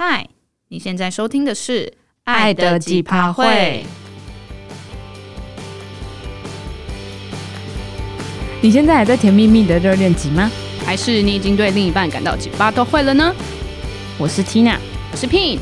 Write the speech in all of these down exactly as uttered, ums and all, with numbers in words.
嗨，你现在收听的是《 爱的几趴会》。你现在还在甜蜜蜜的热恋期吗？ 还是你已经对另一半感到几趴都会了呢？ 我是 Tina， 我是 Pin。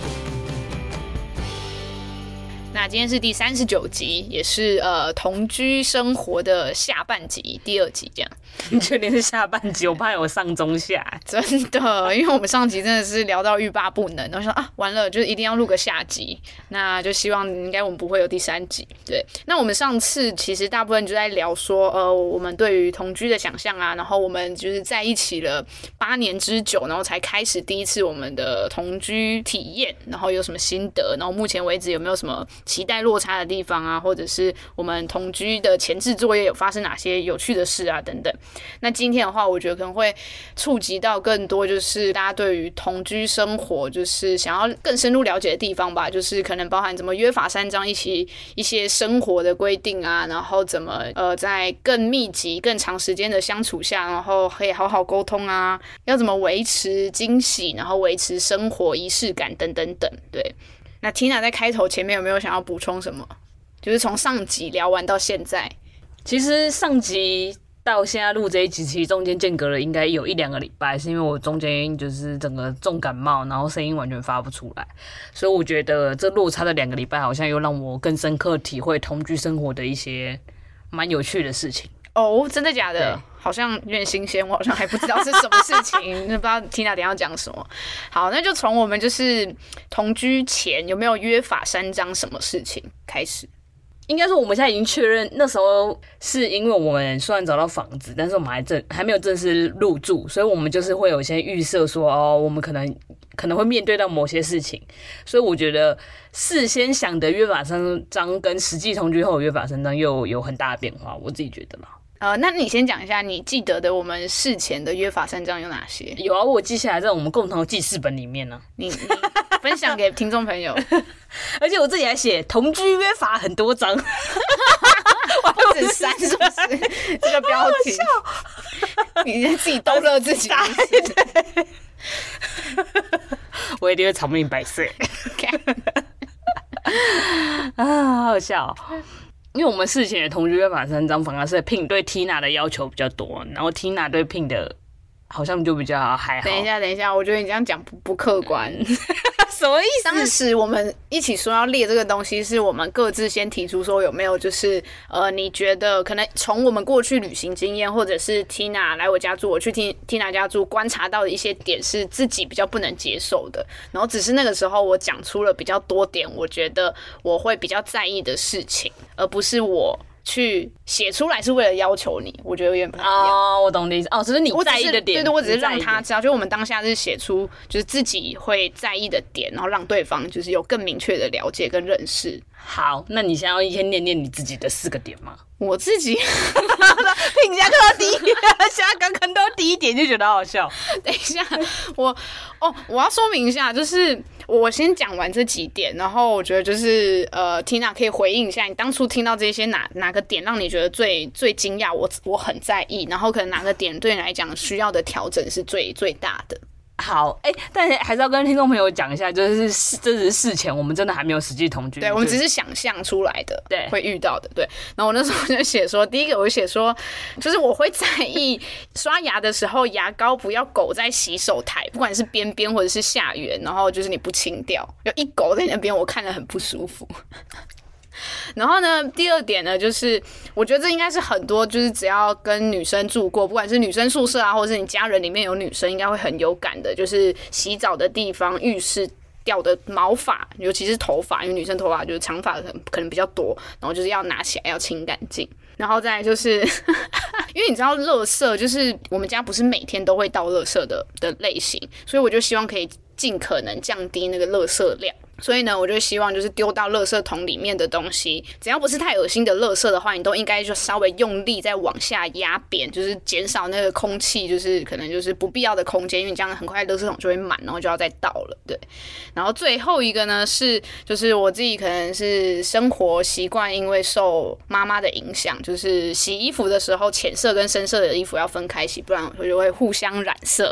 那今天是第三十九集，也是呃同居生活的下半集，第二集这样。 你确定是下半集？我怕有上中下。 真的，因为我们上集真的是聊到欲罢不能，然后说啊，完了，就是一定要录个下集。那就希望应该我们不会有第三集。对，那我们上次其实大部分就在聊说，呃，我们对于同居的想象啊，然后我们就是在一起了八年之久，然后才开始第一次我们的同居体验，然后有什么心得，然后目前为止有没有什么期待落差的地方啊，或者是我们同居的前置作业有发生哪些有趣的事啊等等。那今天的话，我觉得可能会触及到更多，就是大家对于同居生活，就是想要更深入了解的地方吧，就是可能包含怎么约法三章，一起一些生活的规定啊，然后怎么呃在更密集、更长时间的相处下，然后可以好好沟通啊，要怎么维持惊喜，然后维持生活仪式感等等等。对，那 Tina 在开头前面有没有想要补充什么？就是从上集聊完到现在， 其实上集到现在录这一集，其实中间间隔了应该有一两个礼拜，是因为我中间就是整个重感冒，然后声音完全发不出来，所以我觉得这落差的两个礼拜，好像又让我更深刻体会同居生活的一些蛮有趣的事情。 哦，真的假的？好像有点新鲜，我好像还不知道是什么事情，不知道 Tina 等一下要讲什么。好，那就从我们就是同居前有没有约法三章什么事情开始。 应该说我们现在已经确认，那时候是因为我们虽然找到房子，但是我们还正还没有正式入住，所以我们就是会有一些预设说，哦，我们可能可能会面对到某些事情，所以我觉得事先想的约法三章跟实际同居后的约法三章又有很大的变化，我自己觉得啦。 呃，那你先讲一下你记得的我们事前的约法三章有哪些？ 有啊，我记下来在我们共同的记事本里面呢、啊。 你你分享给听众朋友， 而且我自己还写同居约法很多章， 不止三是不是？这个标题，你自己逗乐自己。 对，我一定会长命百岁。啊，好好笑、哦。因为我们事前的同居约法三章，反而是 Pin 对 Tina 的要求比较多，然后 Tina 对 Pin 的好像就比较还好。 等一下，等一下，我觉得你这样讲不不客观。 什么意思？ 当时我们一起说要列这个东西，是我们各自先提出说有没有就是呃，你觉得可能从我们过去旅行经验，或者是 Tina 来我家住，我去 Tina 家住，观察到的一些点是自己比较不能接受的，然后只是那个时候我讲出了比较多点，我觉得我会比较在意的事情，而不是我去写出来是为了要求你，我觉得有点不太一样。 哦，我懂你意思。哦，这是你在意的点。 对对，我只是让他知道，就我们当下是写出就是自己会在意的点，然后让对方就是有更明确的了解跟认识。 好，那你现在要先念念你自己的四个点吗？ 我自己评价看到第一，现在刚看到第一点就觉得好笑。 等一下，我哦，我要说明一下，就是我先讲完这几点，然后我觉得就是呃 ，Tina 可以回应一下，你当初听到这些哪哪个点让你觉得最最惊讶？我我很在意，然后可能哪个点对你来讲需要的调整是最最大的。 好，哎、欸，但还是要跟听众朋友讲一下，就是这只是事前，我们真的还没有实际同居， 对，我们只是想象出来的， 对， 会遇到的，对。然后我那时候就写说，第一个我就写说，就是我会在意刷牙的时候，牙膏不要勾在洗手台，不管是边边或者是下缘，然后就是你不清掉，有一勾在那边，我看了很不舒服。然后呢，第二点呢，就是我觉得这应该是很多，就是只要跟女生住过，不管是女生宿舍啊，或者是你家人里面有女生，应该会很有感的，就是洗澡的地方、浴室掉的毛发，尤其是头发，因为女生头发就是长发可能可能比较多，然后就是要拿起来要清干净。然后再来就是因为你知道垃圾就是我们家不是每天都会倒垃圾的的类型，所以我就希望可以尽可能降低那个垃圾量。所以呢，我就希望就是丢到垃圾桶里面的东西，只要不是太恶心的垃圾的话，你都应该就稍微用力再往下压扁，就是减少那个空气，就是可能就是不必要的空间，因为你这样很快垃圾桶就会满，然后就要再倒了，对。然后最后一个呢是，就是我自己可能是生活习惯，因为受妈妈的影响，就是洗衣服的时候浅色跟深色的衣服要分开洗，不然就会互相染色。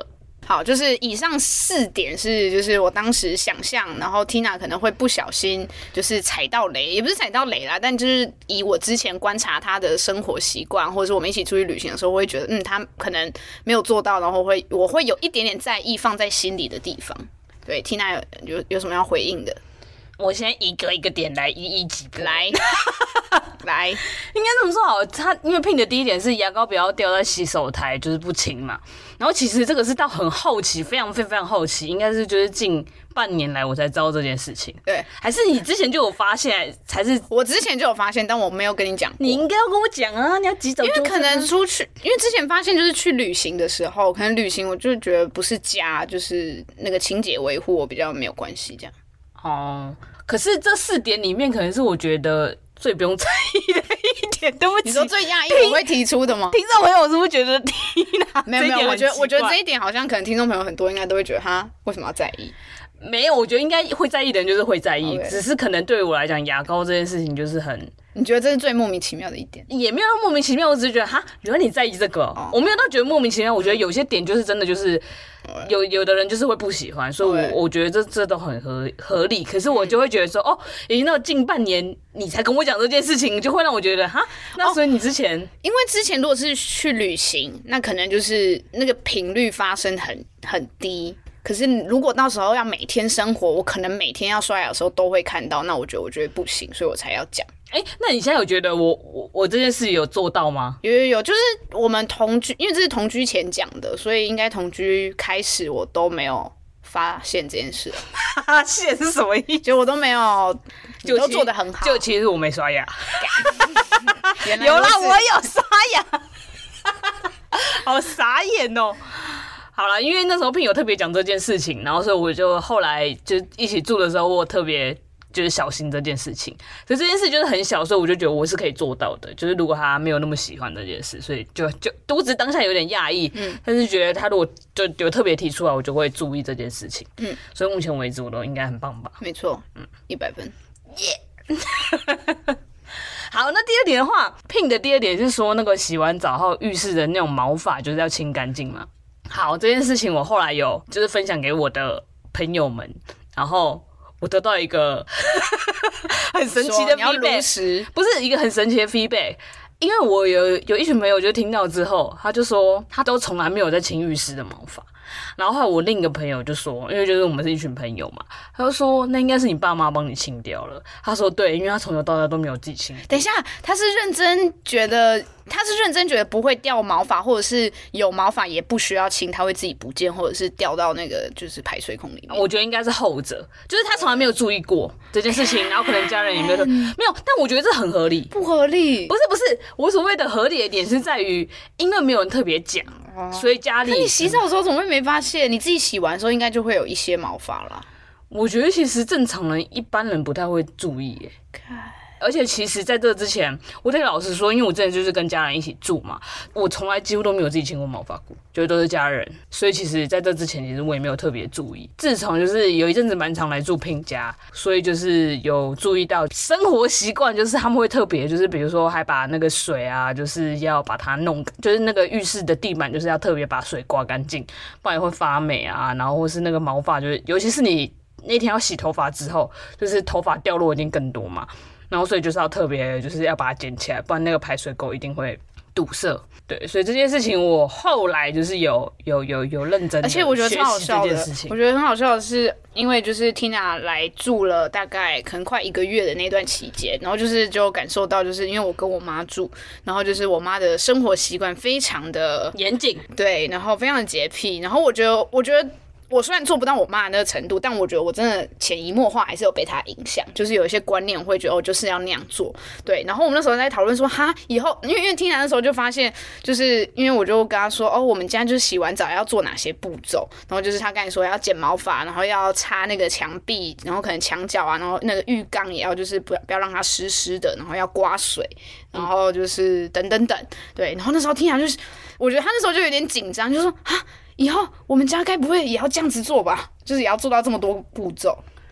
好，就是以上四点是就是我当时想象，然后 Tina 可能会不小心就是踩到雷，也不是踩到雷啦，但就是以我之前观察他的生活习惯，或者是我们一起出去旅行的时候，我会觉得嗯，他可能没有做到，然后会我会有一点点在意放在心里的地方。对 ，Tina 有有有什么要回应的？ 我先一个一个点来一一击破。 来来， 应该这么说好，他因为 Pink 的第一点是牙膏不要掉在洗手台，就是不清嘛。然后其实这个是到很后期，非常非常非常后期，应该是就是近半年来我才知道这件事情。 对， 还是你之前就有发现，才是我之前就有发现，但我没有跟你讲过。 你应该要跟我讲啊！你要及早纠正啊， 因为可能出去，因为之前发现就是去旅行的时候，可能旅行我就觉得不是家，就是那个清洁维护我比较没有关系这样。 哦，可是这四点里面，可能是我觉得最不用在意的一点。对不起， 你说最讶异我会提出的吗？ 听众朋友是不是觉得 Tina 没有没有，我觉得我觉得这一一点好像可能听众朋友很多应该都会觉得他为什么要在意？ 没有，我觉得应该会在意的人就是会在意， Okay. 只是可能对于我来讲，牙膏这件事情就是很。 你觉得这是最莫名其妙的一点？ 也没有莫名其妙，我只是觉得哈，原来你在意这个、哦，我没有到觉得莫名其妙。我觉得有些点就是真的就是有有的人就是会不喜欢，所以我我觉得这这都很合合理。可是我就会觉得说，哦，已经到近半年你才跟我讲这件事情，就会让我觉得哈，那所以你之前、哦、 因为之前如果是去旅行，那可能就是那个频率发生很很低。可是如果到时候要每天生活，我可能每天要刷牙的时候都会看到，那我觉得我觉得不行，所以我才要讲。 哎、欸，那你现在有觉得我我我这件事有做到吗？ 有有有，就是我们同居，因为这是同居前讲的，所以应该同居开始我都没有发现这件事。 发现是什么意思？ 就我都没有，就都做得很好。 就其实我没刷牙， 有啦，我有刷牙，好傻眼哦。好了，因为那时候 Pink 有特别讲这件事情，然后所以我就后来就一起住的时候，我特别就是小心这件事情。所以这件事就是很小，所以我就觉得我是可以做到的。就是如果他没有那么喜欢这件事，所以就就我只是当下有点讶异，嗯，但是觉得他如果就有特别提出来，我就会注意这件事情，嗯。所以目前为止我都应该很棒吧？ 没错，嗯，一百分， 耶、yeah 好，那第二点的话 ，Pink 的第二点是说那个洗完澡后浴室的那种毛发就是要清干净嘛。好，这件事情我后来有就是分享给我的朋友们，然后我得到一个很神奇的 feedback， 不是一个很神奇的 feedback， 因为我有有一群朋友就听到之后，他就说他都从来没有在清浴室的毛发。然后后来我另一个朋友就说，因为就是我们是一群朋友嘛，他就说那应该是你爸妈帮你清掉了。他说对，因为他从头到尾都没有自己清。 等一下，他是认真觉得，他是认真觉得不会掉毛发，或者是有毛发也不需要清，他会自己不见，或者是掉到那个就是排水孔里面。 我觉得应该是后者，就是他从来没有注意过这件事情，然后可能家人也没有没有，但我觉得这很合理。 不合理？ 不是不是，我所谓的合理的点是在于，因为没有人特别讲。所以家里， 那你洗澡的时候怎么会没发现？你自己洗完的时候应该就会有一些毛发啦。 我觉得其实正常人、一般人不太会注意耶。而且其实在这之前，我得老实说，因为我之前就是跟家人一起住嘛，我从来几乎都没有自己清过毛发过，就是都是家人。所以其实在这之前，其实我也没有特别注意。自从就是有一阵子蛮常来住Pink家，所以就是有注意到生活习惯，就是他们会特别，就是比如说还把那个水啊，就是要把它弄，就是那个浴室的地板就是要特别把水刮干净，不然会发霉啊。然后或是那个毛发，就是尤其是你那天要洗头发之后，就是头发掉落一定更多嘛。然后所以就是要特别就是要把它捡起来，不然那个排水沟一定会堵塞。对，所以这件事情我后来就是有有有有认真的学习这件事情。而且我觉得超好笑的， 我觉得很好笑的是，因为就是 Tina 来住了大概可能快一个月的那段期间，然后就是就感受到，就是因为我跟我妈住，然后就是我妈的生活习惯非常的严谨， 对，然后非常的洁癖，然后我觉得我觉得。我虽然做不到我妈的那个程度，但我觉得我真的潜移默化还是有被她影响，就是有一些观念我会觉得哦，就是要那样做。对，然后我们那时候在讨论说，哈，以后因为因为听完的时候就发现，就是因为我就跟她说，哦，我们家就是洗完澡要做哪些步骤，然后就是她刚才说要剪毛发，然后要擦那个墙壁，然后可能墙角啊，然后那个浴缸也要就是不要不要让它湿湿的，然后要刮水，然后就是等等等，对，然后那时候听完就是，我觉得她那时候就有点紧张，就说哈。以后我们家该不会也要这样子做吧？就是也要做到这么多步骤。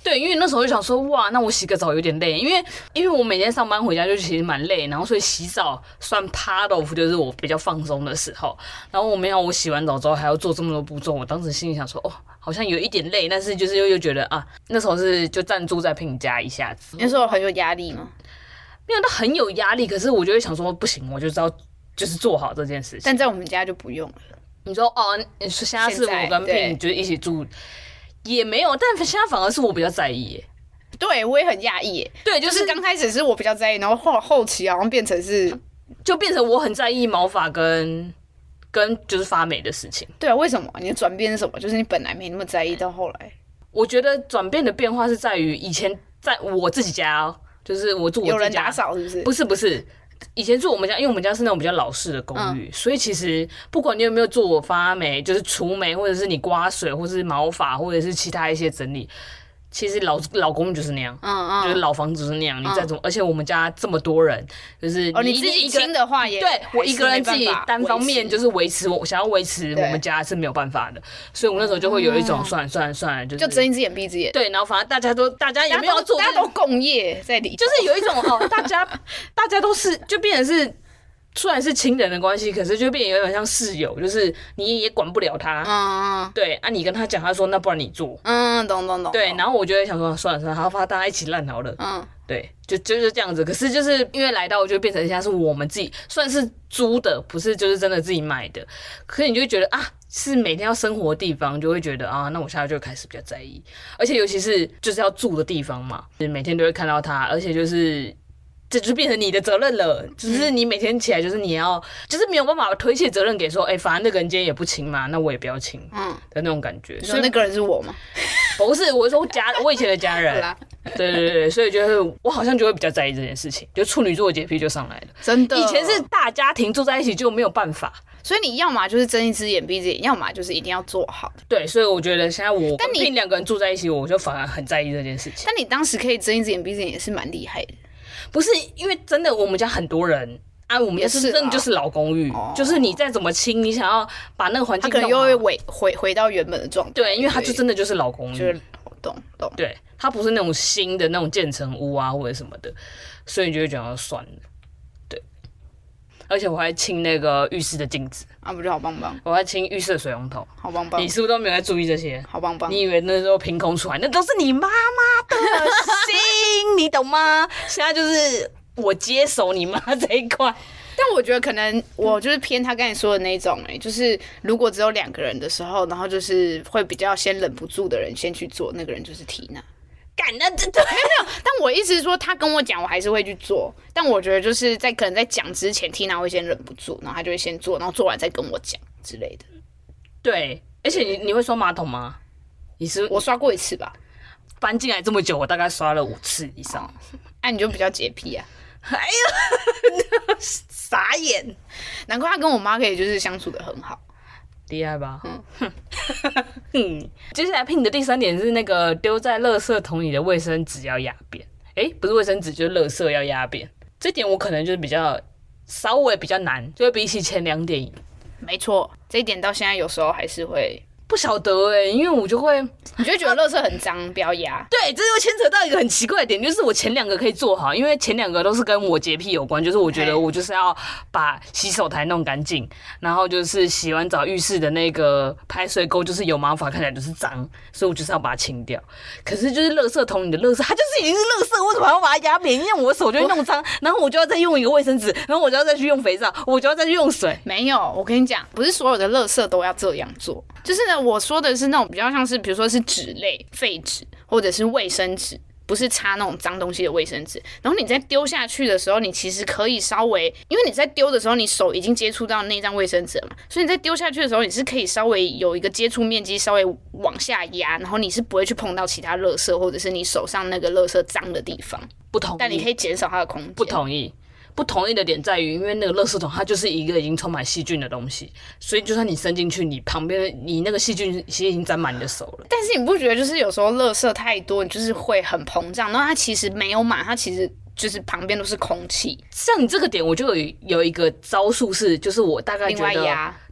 对，因为那时候就想说，哇，那我洗个澡有点累，因为因为我每天上班回家就其实蛮累，然后所以洗澡算 part of 就是我比较放松的时候。然后我没有，我洗完澡之后还要做这么多步骤，我当时心里想说，哦，好像有一点累，但是就是又又觉得啊，那时候是就暂住在聘家一下子。 那时候很有压力吗？ 没有，到很有压力，可是我就会想说，不行，我就知道就是做好这件事情。 但在我们家就不用了。 你说哦，你说现在是我跟聘就是一起住。也没有，但现在反而是我比较在意耶。 对，我也很讶异耶。 对，就是刚开始是我比较在意，然后后后期好像变成是， 就变成我很在意毛发跟跟就是发霉的事情。 对啊，为什么？你的转变是什么？就是你本来没那么在意，到后来， 我觉得转变的变化是在于以前在我自己家，就是我住我自己家有人打扫，是不是？ 不是不是。以前住我们家，因为我们家是那种比较老式的公寓，嗯、所以其实不管你有没有做发霉，就是除霉，或者是你刮水，或者是毛发，或者是其他一些整理，其实老老公寓就是那样，嗯嗯，就是老房子就是那样。你再怎么，而且我们家这么多人，就是哦，你自己清的话也， 对我一个人自己单方面就是维持我想要维持我们家是没有办法的，所以我那时候就会有一种算了算了算了，就是就睁一只眼闭一只眼。 对，然后反正大家都大家也没有做， 大家都共业在里头， 就是有一种哦，大家大家都是就变成是。虽然是亲人的关系，可是就变得有点像室友，就是你也管不了他。嗯嗯。对啊，你跟他讲，他说那不然你做。 嗯，懂懂懂。对， 然后我就会想说，算了算了，好，把大家一起烂好了。嗯。对，就就是这样子。可是就是因为来到，就变成现在是我们自己，算是租的，不是就是真的自己买的。可是你就会觉得啊，是每天要生活的地方，就会觉得啊，那我现在就开始比较在意，而且尤其是就是要住的地方嘛，就是每天都会看到他，而且就是。这就变成你的责任了，只是你每天起来就是你要，就是没有办法推卸责任给说，哎、欸，反正那个人今天也不亲嘛，那我也不要亲，嗯的那种感觉。 所以那个人是我吗？ 不是，我是说家，我以前的家人。对对对，所以就是我好像就会比较在意这件事情，就处女座的洁癖就上来了。 真的， 以前是大家庭住在一起就没有办法， 所以你要嘛就是睁一只眼闭一只眼，要么就是一定要做好。 对，所以我觉得现在我跟聘两个人住在一起，我就反而很在意这件事情。 但你当时可以睁一只眼闭一只眼，也是蛮厉害的。 不是因为真的，我们家很多人啊，我们家是真的就是老公寓，哦、就是你再怎么清，你想要把那个环境， 他可能又会回回回到原本的状态。 对，因为它就真的就是老公寓， 就是懂懂。 对，它不是那种新的那种建成屋啊或者什么的，所以你就会觉得算了。对，而且我还清那个浴室的镜子啊，不就好棒棒？ 我还清浴室的水龙头， 好棒棒。 你是不是都没有在注意这些？ 好棒棒。 你以为那时候凭空出来，那都是你妈妈的心，你懂吗？现在就是我接手你妈这一块。 但我觉得可能我就是偏他刚才说的那种、欸，哎，就是如果只有两个人的时候，然后就是会比较先忍不住的人先去做，那个人就是缇娜。 干那真的没有没有，但我意思是说，他跟我讲，我还是会去做。但我觉得就是在可能在讲之前，缇娜会先忍不住，然后他就会先做，然后做完再跟我讲之类的。 对，而且你你会刷马桶吗？你是我刷过一次吧。 搬进来这么久，我大概刷了五次以上。 哎、啊，你就比较洁癖啊。 哎呀，傻眼！ 难怪他跟我妈可以就是相处的很好， 厉害吧？嗯，嗯。接下来聘的第三点是那个丢在垃圾桶里的卫生纸要压扁。哎、欸，不是卫生纸，就是垃圾要压扁。这点我可能就是比较稍微比较难，就会比起前两点。 没错，这一点到现在有时候还是会。 不晓得哎、欸，因为我就会， 你就会觉得垃圾很脏，不要压。 对，这就牵扯到一个很奇怪的点，就是我前两个可以做好，因为前两个都是跟我洁癖有关，就是我觉得我就是要把洗手台弄干净，然后就是洗完澡浴室的那个排水沟就是有毛发，看起来就是脏，所以我就是要把它清掉。可是就是垃圾桶里的垃圾，它就是已经是垃圾，为什么还要把它压扁？因为我手就会弄脏，然后我就要再用一个卫生纸，然后我就要再去用肥皂，我就要再去用水。 没有，我跟你讲，不是所有的垃圾都要这样做，就是呢。我说的是那种比较像是，比如说是纸类、废纸或者是卫生纸，不是擦那种脏东西的卫生纸。然后你在丢下去的时候，你其实可以稍微，因为你在丢的时候，你手已经接触到那张卫生纸了嘛，所以你在丢下去的时候，你是可以稍微有一个接触面积，稍微往下压，然后你是不会去碰到其他垃圾或者是你手上那个垃圾脏的地方。 不同意， 但你可以减少它的空间。 不同意。不同意的点在于，因为那个垃圾桶它就是一个已经充满细菌的东西，所以就算你伸进去，你旁边你那个细菌其实已经沾满你的手了。 但是你不觉得就是有时候垃圾太多，你就是会很膨胀，然后它其实没有满，它其实就是旁边都是空气。 像你这个点，我就有有一个招数是，就是我大概觉得，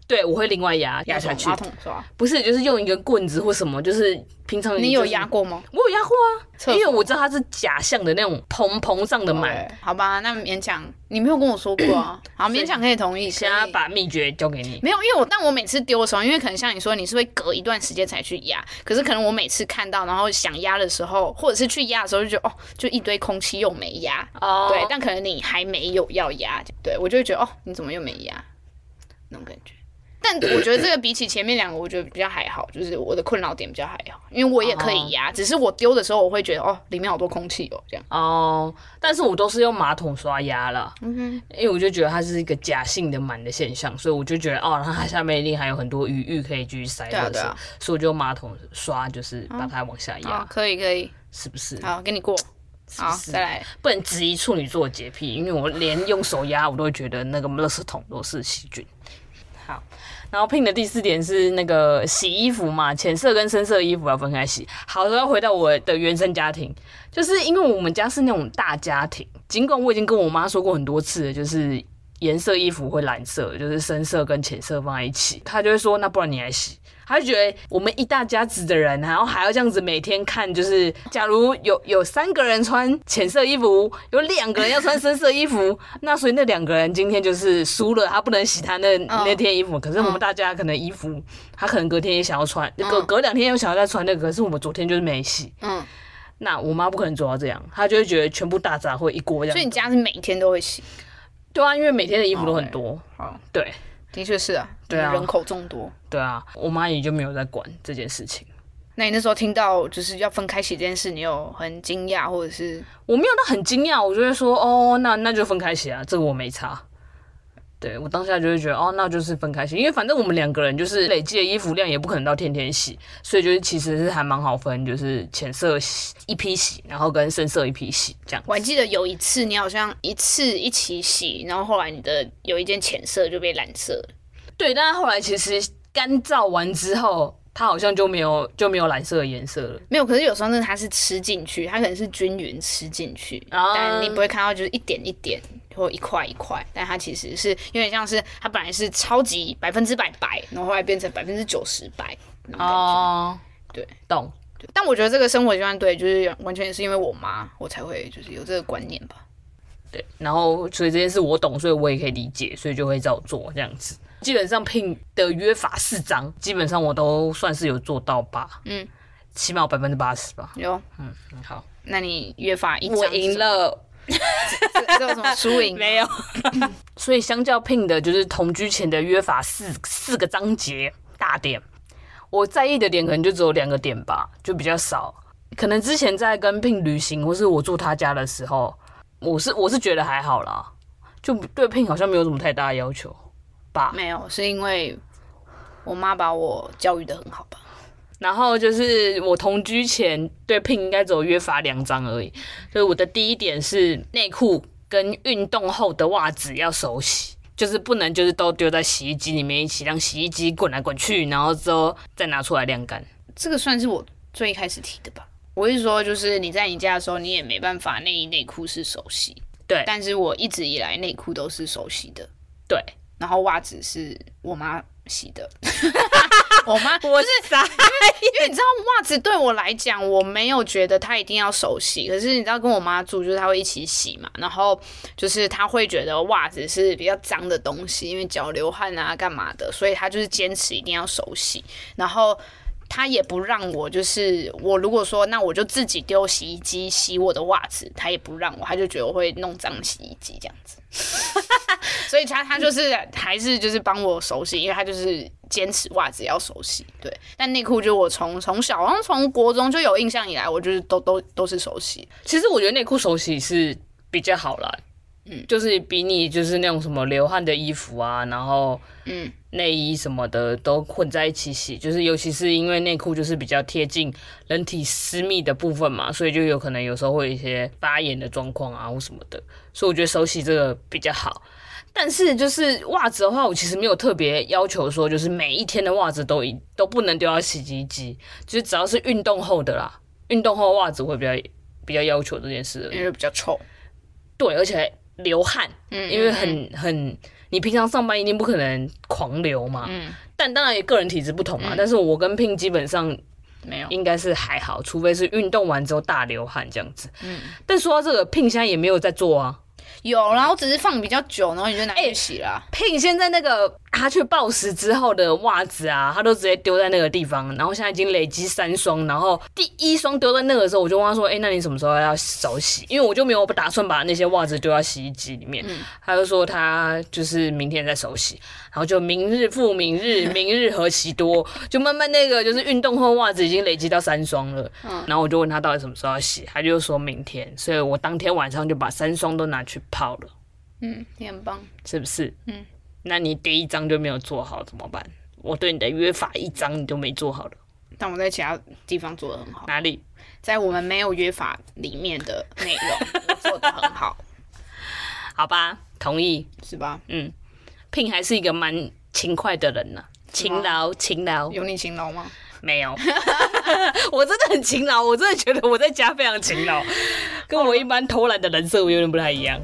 对，我会另外压压下去。 马桶刷不是，就是用一个棍子或什么，就是平常、就是、 你有压过吗？ 我有压过啊，因为我知道它是假象的那种膨膨胀的满。 好吧，那勉强你没有跟我说过啊，好，勉强可以同意。 现在把秘诀交给你。 没有，因为我但我每次丢的时候，因为可能像你说，你是会隔一段时间才去压，可是可能我每次看到，然后想压的时候，或者是去压的时候，就觉得哦，就一堆空气又没压。哦。对，但可能你还没有要压，对我就会觉得哦，你怎么又没压？那种感觉。但我觉得这个比起前面两个，我觉得比较还好，就是我的困扰点比较还好，因为我也可以压， oh. 只是我丢的时候我会觉得哦，里面好多空气哦，这样。哦， oh, 但是我都是用马桶刷压啦，嗯哼，因为我就觉得它是一个假性的满的现象，所以我就觉得哦，它下面一定还有很多余裕可以继续塞垃圾，对啊，所以我就用马桶刷，就是把它往下压。 Oh, 可以可以， 是不是？ 好，给你过。好，再来， 不能质疑处女座洁癖，因为我连用手压我都会觉得那个垃圾桶都是细菌。好，然后 Pin 的第四点是那个洗衣服嘛，浅色跟深色衣服要分开洗。好，要回到我的原生家庭，就是因为我们家是那种大家庭，尽管我已经跟我妈说过很多次了，就是颜色衣服会染色，就是深色跟浅色放在一起，她就会说那不然你来洗。他就觉得我们一大家子的人，然后还要这样子每天看，就是假如有有三个人穿浅色衣服，有两个人要穿深色衣服，那所以那两个人今天就是输了，他不能洗他那、oh. 那天衣服。可是我们大家可能衣服，他可能隔天也想要穿，隔隔两天又想要再穿那个，可是我们昨天就是没洗。嗯，那我妈不可能做到这样，她就会觉得全部大杂烩一锅这样。 所以你家是每天都会洗？ 对啊，因为每天的衣服都很多。好、oh, ，对。 的确是啊，对啊，人口众多。 对啊，我妈也就没有在管这件事情。 那你那时候听到就是要分开洗这件事，你有很惊讶，或者是？ 我没有到很惊讶，我就会说哦，那那就分开洗啊，这个我没差。对，我当下就会觉得哦，那就是分开洗，因为反正我们两个人就是累积的衣服量也不可能到天天洗，所以就是其实是还蛮好分，就是浅色洗一批洗，然后跟深色一批洗这样。 我还记得有一次你好像一次一起洗，然后后来你的有一件浅色就被染色了。 对，但是后来其实干燥完之后，它好像就没有就没有蓝色的颜色了。 没有，可是有时候呢，它是吃进去，它可能是均匀吃进去，啊、但你不会看到就是一点一点或一块一块，但它其实是有点像是它本来是超级百分之百白，然后后来变成百分之九十白。哦，对， 懂。 但我觉得这个生活习惯对，就是完全也是因为我妈，我才会就是有这个观念吧。 对，然后所以这件事我懂，所以我也可以理解，所以就会照做这样子。基本上 Pin 的约法四章，基本上我都算是有做到吧，嗯，起码有百分之八十吧。 有， 嗯，好， 那你约法一章， 我赢了， 这这有什么输赢？ 没有。所以相较 Pin 的就是同居前的约法四四个章节大点，我在意的点可能就只有两个点吧，就比较少。可能之前在跟 Pin 旅行，或是我住他家的时候，我是我是觉得还好啦，就对 Pin 好像没有什么太大的要求。 没有，是因为我妈把我教育得很好吧。 然后就是我同居前对 Pin 应该只有约法两章而已。所以我的第一点是内裤跟运动后的袜子要手洗，就是不能就是都丢在洗衣机里面一起让洗衣机滚来滚去，然后之后再拿出来晾干。 这个算是我最一开始提的吧。我是说，就是你在你家的时候，你也没办法内衣内裤是手洗。 对， 但是我一直以来内裤都是手洗的。 对。 然后袜子是我妈洗的，我妈我是傻， 因为因为你知道袜子对我来讲，我没有觉得她一定要手洗，可是你知道跟我妈住，就是她会一起洗嘛，然后就是她会觉得袜子是比较脏的东西，因为脚流汗啊干嘛的，所以她就是坚持一定要手洗，然后他也不让我，就是我如果说那我就自己丢洗衣机洗我的袜子，他也不让我，他就觉得我会弄脏洗衣机这样子，所以他他就是还是就是帮我手洗，因为他就是坚持袜子要手洗，对。但内裤就我从从小好像从国中就有印象以来，我就是都都都是手洗。 其实我觉得内裤手洗是比较好啦。嗯，就是比你就是那种什么流汗的衣服啊，然后嗯内衣什么的都混在一起洗，就是尤其是因为内裤就是比较贴近人体私密的部分嘛，所以就有可能有时候会有一些发炎的状况啊或什么的，所以我觉得手洗这个比较好。但是就是袜子的话，我其实没有特别要求说就是每一天的袜子都都不能丢到洗衣机，就是只要是运动后的啦，运动后的袜子会比较比较要求这件事， 因为比较臭。 对，而且流汗，嗯，因为很很， 你平常上班一定不可能狂流嘛，嗯，但当然也个人体质不同嘛，嗯、但是我跟Pin基本上没有， 应该是还好，除非是运动完之后大流汗这样子，嗯，但说到这个Pin现在也没有在做啊。 有，然后只是放比较久，然后你就拿去洗了、啊。 Pin 现在那个他去暴食之后的袜子啊，他都直接丢在那个地方，然后现在已经累积三双，然后第一双丢在那个的时候，我就问他说：“哎、欸，那你什么时候要手洗？”因为我就没有打算把那些袜子丢到洗衣机里面，嗯、他就说他就是明天再手洗，然后就明日复明日，明日何其多，就慢慢那个就是运动后袜子已经累积到三双了。嗯、然后我就问他到底什么时候要洗，他就说明天，所以我当天晚上就把三双都拿去泡了。 嗯，你很棒， 是不是？嗯，那你第一章就没有做好怎么办？我对你的约法一章你都没做好了。 但我在其他地方做得很好。 哪里？ 在我们没有约法里面的内容，我做得很好。 好吧，同意， 是吧？ 嗯，Pin还是一个蛮勤快的人呢、啊，勤劳，勤劳。 有你勤劳吗？ 没有，我真的很勤劳，我真的觉得我在家非常勤劳，跟我一般偷懒的人设有点不太一样。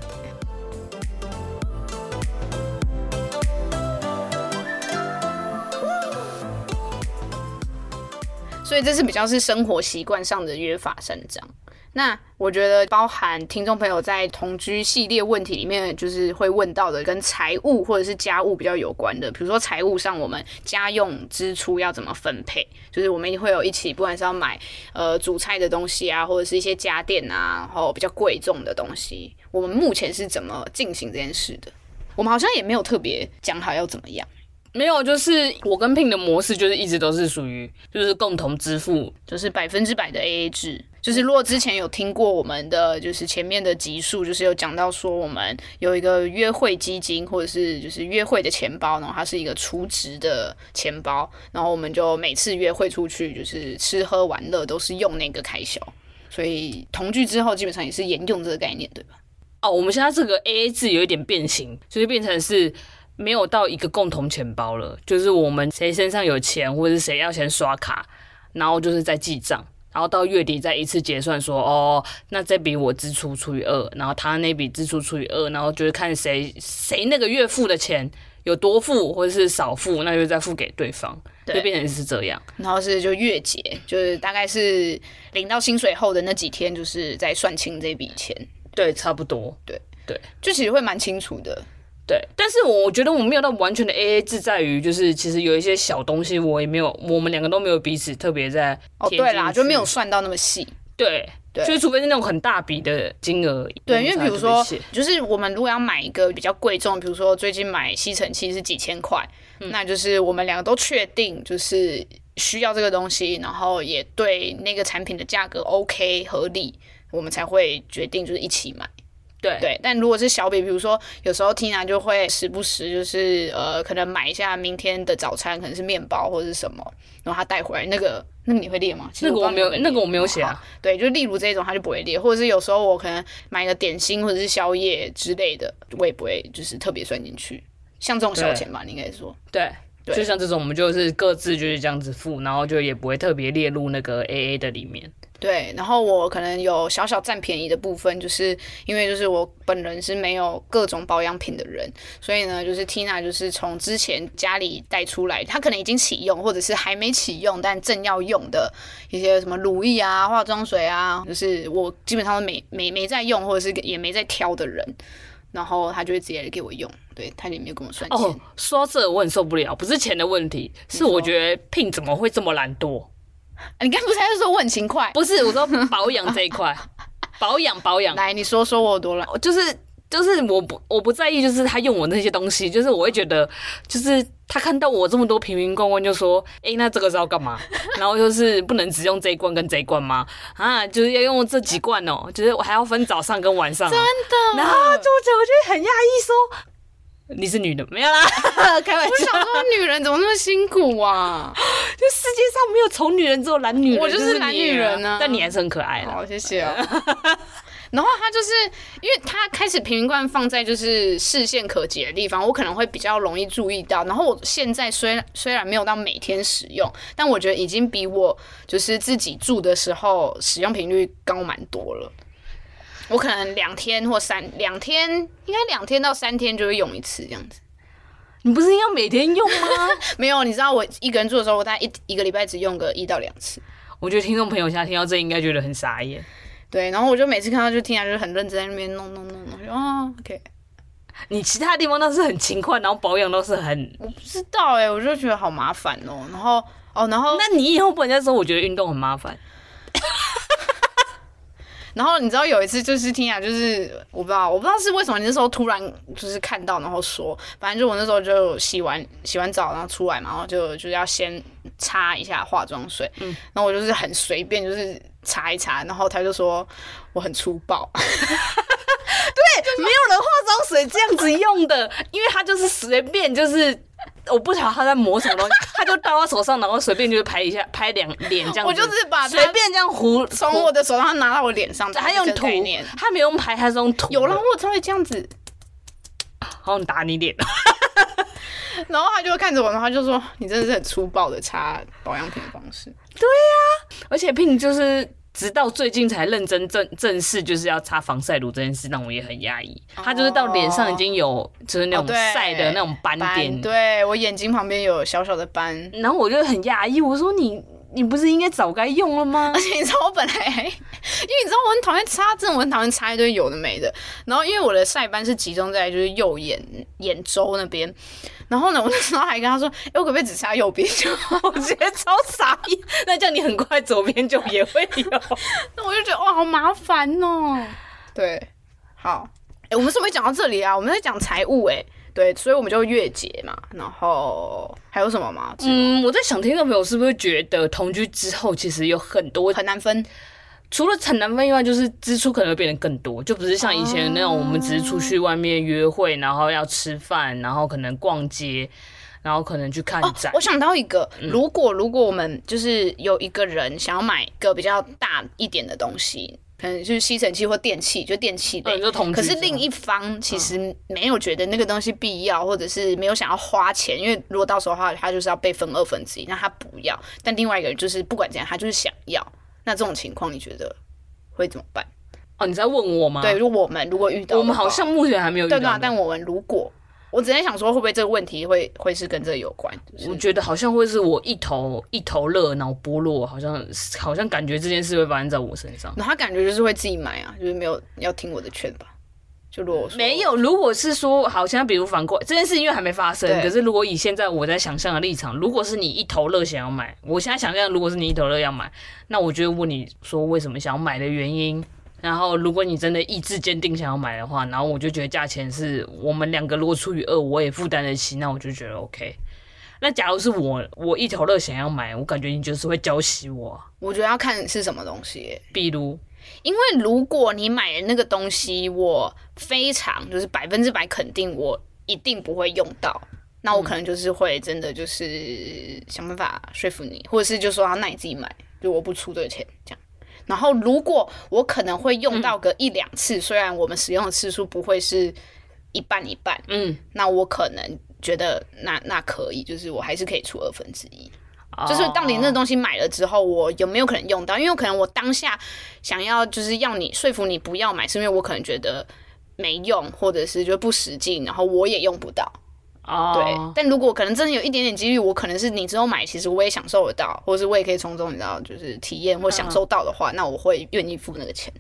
所以这是比较是生活习惯上的约法三章。那我觉得包含听众朋友在同居系列问题里面，就是会问到的跟财务或者是家务比较有关的，比如说财务上我们家用支出要怎么分配，就是我们会有一起不管是要买呃煮菜的东西啊，或者是一些家电啊，然后比较贵重的东西，我们目前是怎么进行这件事的？我们好像也没有特别讲好要怎么样。 没有，就是我跟Pin的模式就是一直都是属于就是共同支付， 就是百分之百的 A A 制。就是如果之前有听过我们的就是前面的集数，就是有讲到说我们有一个约会基金，或者是就是约会的钱包，然后它是一个储值的钱包，然后我们就每次约会出去就是吃喝玩乐都是用那个开销，所以同居之后基本上也是沿用这个概念，对吧？ 哦，我们现在这个 A A 制有一点变形，就是变成是没有到一个共同钱包了，就是我们谁身上有钱，或者是谁要先刷卡，然后就是在记账，然后到月底再一次结算说，哦，那这笔我支出除以二，然后他那笔支出除以二，然后就是看谁谁那个月付的钱有多付或者是少付，那就再付给对方，就变成是这样。 然后是就月结，就是大概是领到薪水后的那几天，就是在算清这笔钱。 对，差不多。 对对， 就其实会蛮清楚的。 对，但是我觉得我没有到完全的 A A 制，在于就是其实有一些小东西我也没有，我们两个都没有彼此特别在哦，对啦，就没有算到那么细。 对，对，所以除非是那种很大笔的金额。 对，因为比如说，就是我们如果要买一个比较贵重，比如说最近买吸尘器是几千块，嗯、那就是我们两个都确定就是需要这个东西，然后也对那个产品的价格 OK 合理，我们才会决定就是一起买。 对对，但如果是小笔，比如说有时候 Tina 就会时不时就是呃，可能买一下明天的早餐，可能是面包或者是什么，然后他带回来那个，那个你会列吗？ 那个我没有，那个我没有写啊。 对，就例如这种他就不会列，或者是有时候我可能买个点心或者是宵夜之类的，我也不会就是特别算进去。像这种小钱吧，你应该说对。对，就像这种我们就是各自就是这样子付，然后就也不会特别列入那个 A A 的里面。 对，然后我可能有小小占便宜的部分，就是因为就是我本人是没有各种保养品的人，所以呢，就是 Tina 就是从之前家里带出来，她可能已经启用或者是还没启用但正要用的一些什么乳液啊、化妆水啊，就是我基本上都没没没在用，或者是也没在挑的人。然后他就会直接给我用，对，他也没有跟我算钱。 哦，说到这我很受不了，不是钱的问题，是我觉得 Pin 怎么会这么懒惰？ 啊、你刚不是还是说我很勤快？ 不是，我说保养这一块，保养保养。 来，你说说我有多懒？ 就是就是我不我不在意，就是他用我那些东西，就是我会觉得，就是他看到我这么多瓶瓶罐罐，就说，哎、欸，那这个是要干嘛？然后就是不能只用这一罐跟这一罐吗？啊，就是要用这几罐哦，就是我还要分早上跟晚上、啊。 真的？ 然后就我就很讶异说。你是女的没有啦，开玩笑。 我想说，女人怎么那么辛苦啊？ 就世界上没有丑女人，只有懒女人。 我就是懒女人啊， 但你还是很可爱的。 好，谢谢啊。然后他就是因为他开始瓶罐放在就是视线可及的地方，我可能会比较容易注意到。然后我现在虽然虽然没有到每天使用，但我觉得已经比我就是自己住的时候使用频率高蛮多了。我可能两天或三两天，应该两天到三天就会用一次这样子。 你不是应该每天用吗？ 没有，你知道我一个人住的时候，我大概一一个礼拜只用个一到两次。 我觉得听众朋友现在听到这应该觉得很傻眼。 对，然后我就每次看到就听起来就是很认真在那边弄弄弄弄，就哦 OK。 你其他地方倒是很勤快，然后保养都是很…… 我不知道哎、欸，我就觉得好麻烦哦、喔。然后哦，然后那你以后不能再说我觉得运动很麻烦。 然后你知道有一次就是听起来就是我不知道我不知道是为什么你那时候突然就是看到然后说，反正就我那时候就洗完洗完澡然后出来嘛，然后就就是要先擦一下化妆水，嗯，然后我就是很随便就是擦一擦，然后他就说我很粗暴。 对，没有人化妆水这样子用的，因为他就是随便就是。我不晓得他在磨什么东西，他就倒到手上，然后随便就是拍一下，拍两脸这样子。 我就是把随便这样糊从我的手上拿到我脸上， 他用涂，他没用拍，他是用涂。 有啦，我稍微这样子， 好像打你脸。 然后他就看着我，然后他就说：“你真的是很粗暴的擦保养品的方式。” 对呀、啊，而且 Pin 就是直到最近才认真正正式就是要擦防晒乳这件事，让我也很压抑。哦、他就是到脸上已经有就是那种晒的那种斑点， 哦、对我眼睛旁边有小小的斑， 然后我就很压抑，我说你。你不是应该早该用了吗？ 而且你知道我本来还，因为你知道我很讨厌擦，真的我很讨厌擦一堆有的没的。然后因为我的晒斑是集中在就是右眼眼周那边，然后呢，我那时候还跟他说：“哎、欸，我可不可以只擦右边就好？” 我觉得超傻眼。那这样你很快左边就也会有。 那我就觉得哇，好麻烦哦。对，好，哎、欸，我们是不是讲到这里啊？我们在讲财务哎、欸。对，所以我们就月结嘛，然后还有什么吗？ 嗯，我在想听众朋友是不是觉得同居之后其实有很多很难分， 除了很难分以外，就是支出可能会变得更多，就不是像以前那种我们只是出去外面约会，然后要吃饭，然后可能逛街，然后可能去看展。 哦、我想到一个，如果如果我们就是有一个人想要买个比较大一点的东西。可能就是吸尘器或电器，就电器类。 嗯、 可是另一方其实没有觉得那个东西必要，或者是没有想要花钱，因为如果到时候的话，他就是要被分二分之一，那他不要。但另外一个人就是不管怎样，他就是想要。那这种情况，你觉得会怎么办？ 哦，你在问我吗？ 对，如果我们如果遇到， 我们好像目前还没有遇到。 对啊，但我们如果。我只在想说，会不会这个问题会会是跟这个有关？就是、 我觉得好像会是我一头一头热，然后剥落，好像好像感觉这件事会发生在我身上。 然后他感觉就是会自己买啊，就是没有要听我的劝吧。就如果说没有，如果是说好像比如反过这件事，因为还没发生，可是如果以现在我在想象的立场，如果是你一头热想要买，我现在想象如果是你一头热要买，那我就会问你说为什么想要买的原因。然后，如果你真的意志坚定想要买的话，然后我就觉得价钱是我们两个如果除以二，我也负担得起，那我就觉得 OK。那假如是我，我一头热想要买，我感觉你就是会浇熄我、啊。 我觉得要看是什么东西耶， 比如， 因为如果你买的那个东西，我非常就是百分之百肯定我一定不会用到，那我可能就是会真的就是想办法说服你，或者是就说啊，那你自己买，就我不出这个钱这样。然后，如果我可能会用到个一两次，嗯、虽然我们使用的次数不会是一半一半，嗯，那我可能觉得那那可以，就是我还是可以出二分之一。哦、就是当你那东西买了之后，我有没有可能用到？因为可能我当下想要就是要你说服你不要买，是因为我可能觉得没用，或者是就不实际，然后我也用不到。Oh. 对，但如果可能真的有一点点几率，我可能是你之后买，其实我也享受得到，或者是我也可以从中你知道，就是体验或享受到的话，嗯、那我会愿意付那个钱。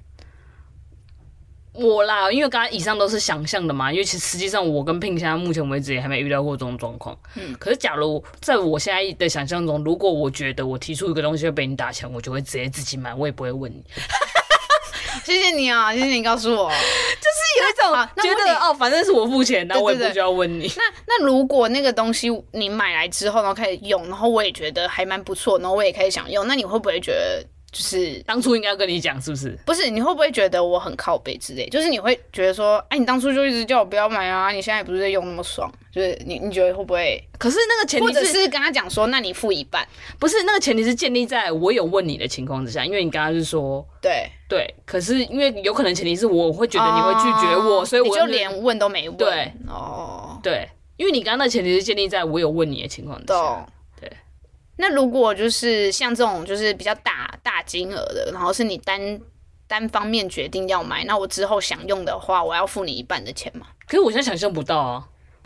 我啦，因为刚刚以上都是想象的嘛，因为其实实际上我跟 Pin 现在目前为止也还没遇到过这种状况。嗯，可是假如在我现在的想象中，如果我觉得我提出一个东西会被你打枪，我就会直接自己买，我也不会问你。 谢谢你啊，谢谢你告诉我， 就是有一种觉得哦，反正是我付钱，然后我也不需要问你。 那那如果那个东西你买来之后，然后开始用，然后我也觉得还蛮不错，然后我也开始想用，那你会不会觉得就是当初应该要跟你讲，是不是？ 不是，你会不会觉得我很靠北之类？就是你会觉得说，哎，你当初就一直叫我不要买啊，你现在不是在用那么爽，就是你你觉得会不会？ 可是那个前提是， 或者是跟他讲说，那你付一半， 不是那个前提是建立在我有问你的情况之下，因为你刚刚是说对对，可是因为有可能前提是我会觉得你会拒绝我，哦、所以我你就连问都没问。 对哦， 对，因为你刚刚的前提是建立在我有问你的情况之下。对， 那如果就是像这种就是比较大大金额的，然后是你单单方面决定要买，那我之后想用的话，我要付你一半的钱吗？ 可是我现在想象不到啊。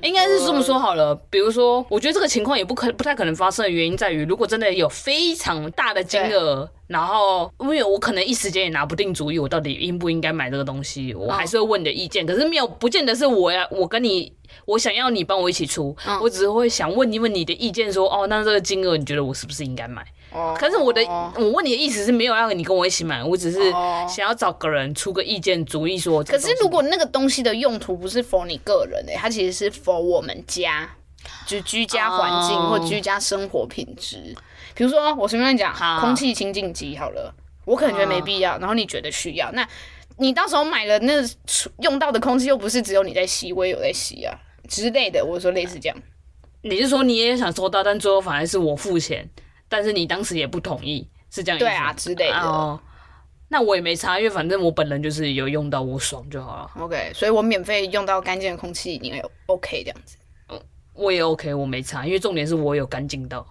应该是这么说好了，比如说，我觉得这个情况也不可不太可能发生的原因在于，如果真的有非常大的金额，然后因为我可能一时间也拿不定主意，我到底应不应该买这个东西，我还是会问你的意见。可是没有，不见得是我要我跟你，我想要你帮我一起出，嗯、我只是会想问一问你的意见说，哦，那这个金额你觉得我是不是应该买？哦、可是我的我问你的意思是没有让你跟我一起买，我只是想要找个人出个意见主意说。 可是如果那个东西的用途不是 for 你个人诶、欸，它其实是 for 我们家，就居家环境或居家生活品质。比如说我随便讲空气清净机好了，我可能觉得没必要，然后你觉得需要，那你到时候买了那用到的空气又不是只有你在吸，我也有在吸啊之类的。我说类似这样， 你是说你也想收到，但最后反而是我付钱？但是你当时也不同意，是这样意思？ 对啊，之类的。哦， 那我也没差，因为反正我本人就是有用到，我爽就好了。 OK， 所以我免费用到干净的空气，你也 OK 这样子。 嗯，我也 OK， 我没差，因为重点是我有干净到。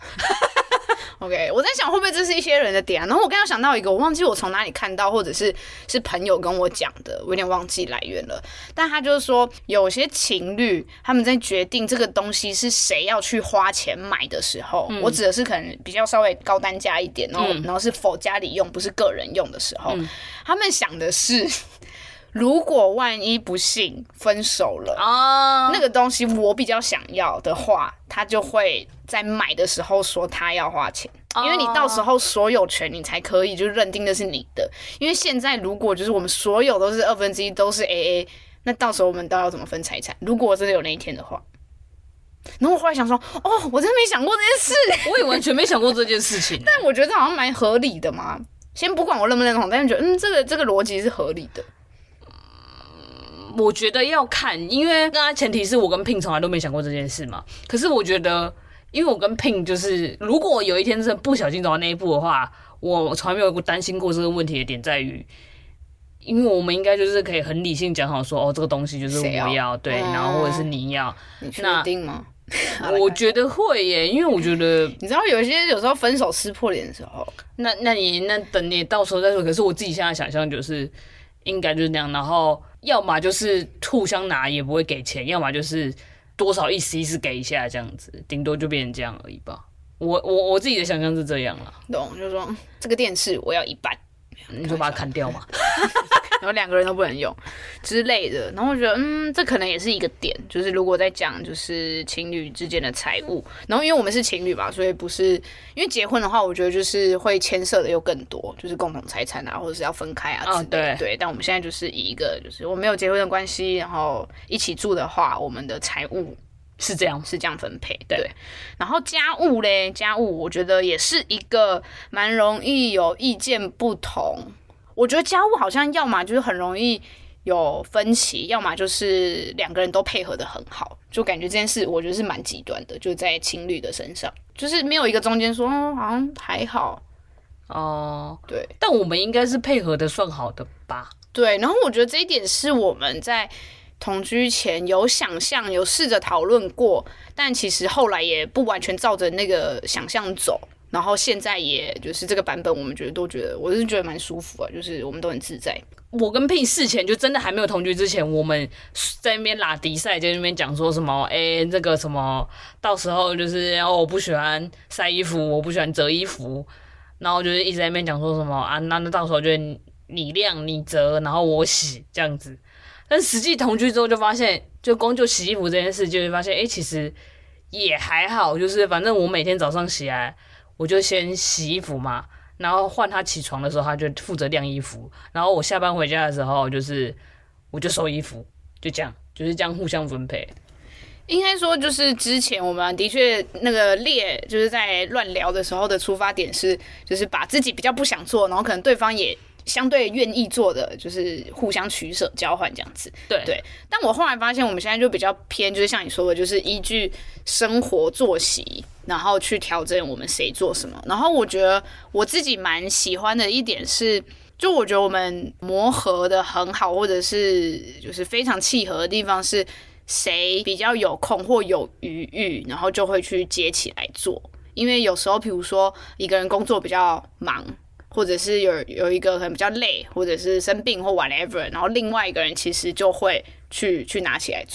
OK， 我在想会不会这是一些人的点啊？然后我刚刚想到一个，我忘记我从哪里看到，或者是是朋友跟我讲的，我有点忘记来源了。但他就是说，有些情侣他们在决定这个东西是谁要去花钱买的时候，嗯、我指的是可能比较稍微高单价一点，然后、嗯、然后是否家里用，不是个人用的时候，嗯、他们想的是。如果万一不幸分手了， oh. 那个东西我比较想要的话，他就会在买的时候说他要花钱， oh. 因为你到时候所有权你才可以就认定的是你的。因为现在如果就是我们所有都是二分之一都是 A A， 那到时候我们都要怎么分财产？如果真的有那一天的话。然后我后来想说，哦，我真的没想过这件事， 我也完全没想过这件事情。 但我觉得好像蛮合理的嘛。先不管我认不认同，但是觉得嗯，这个这个逻辑是合理的。 我觉得要看，因为那前提是我跟 Pin 从来都没想过这件事嘛。可是我觉得，因为我跟 Pin 就是，如果有一天真的不小心走到那一步的话，我从来没有担心过这个问题的点在于，因为我们应该就是可以很理性讲好说，哦，这个东西就是我要，要对，嗯、然后或者是你要， 你确定吗？ 我觉得会耶，因为我觉得你知道有一些有时候分手撕破脸的时候， 那那你那等你到时候再说。可是我自己现在想象就是应该就是那样，然后。要么就是互相拿也不会给钱，要么就是多少意思意思给一下这样子，顶多就变成这样而已吧。我我我自己的想象是这样啦。 懂，就是说这个电视我要一半， 你就把它砍掉嘛。 然后两个人都不能用之类的，然后我觉得嗯，这可能也是一个点，就是如果在讲就是情侣之间的财务，然后因为我们是情侣吧，所以不是因为结婚的话，我觉得就是会牵涉的又更多，就是共同财产啊，或者是要分开啊之类的。哦、对对，但我们现在就是以一个就是我没有结婚的关系，然后一起住的话，我们的财务是这样是这样分配。对，对，然后家务嘞，家务我觉得也是一个蛮容易有意见不同。我觉得家务好像要么就是很容易有分歧，要么就是两个人都配合得很好，就感觉这件事我觉得是蛮极端的，就在情侣的身上，就是没有一个中间说哦好像还好哦， 对， 但我们应该是配合的算好的吧？ 对，然后我觉得这一点是我们在同居前有想象，有试着讨论过，但其实后来也不完全照着那个想象走。然后现在也就是这个版本，我们觉得都觉得，我是觉得蛮舒服啊，就是我们都很自在。 我跟 Pin 事前就真的还没有同居之前，我们在那边拉迪赛，在那边讲说什么，哎、欸，这个什么，到时候就是哦，我不喜欢晒衣服，我不喜欢折衣服，然后就是一直在那边讲说什么啊，那那到时候就你晾你折，然后我洗这样子。但实际同居之后就发现，就光就洗衣服这件事，就会发现，哎、欸，其实也还好，就是反正我每天早上起来。我就先洗衣服嘛，然后换他起床的时候，他就负责晾衣服，然后我下班回家的时候，就是我就收衣服，就这样，就是这样互相分配。 应该说，就是之前我们的确那个列，就是在乱聊的时候的出发点是，就是把自己比较不想做，然后可能对方也相对愿意做的，就是互相取舍交换这样子。 对对。但我后来发现，我们现在就比较偏，就是像你说的，就是依据生活作息。然后去调整我们谁做什么。然后我觉得我自己蛮喜欢的一点是，就我觉得我们磨合的很好，或者是就是非常契合的地方是，谁比较有空或有余裕，然后就会去接起来做。因为有时候，比如说一个人工作比较忙，或者是有有一个可能比较累，或者是生病或 whatever， 然后另外一个人其实就会去去拿起来做。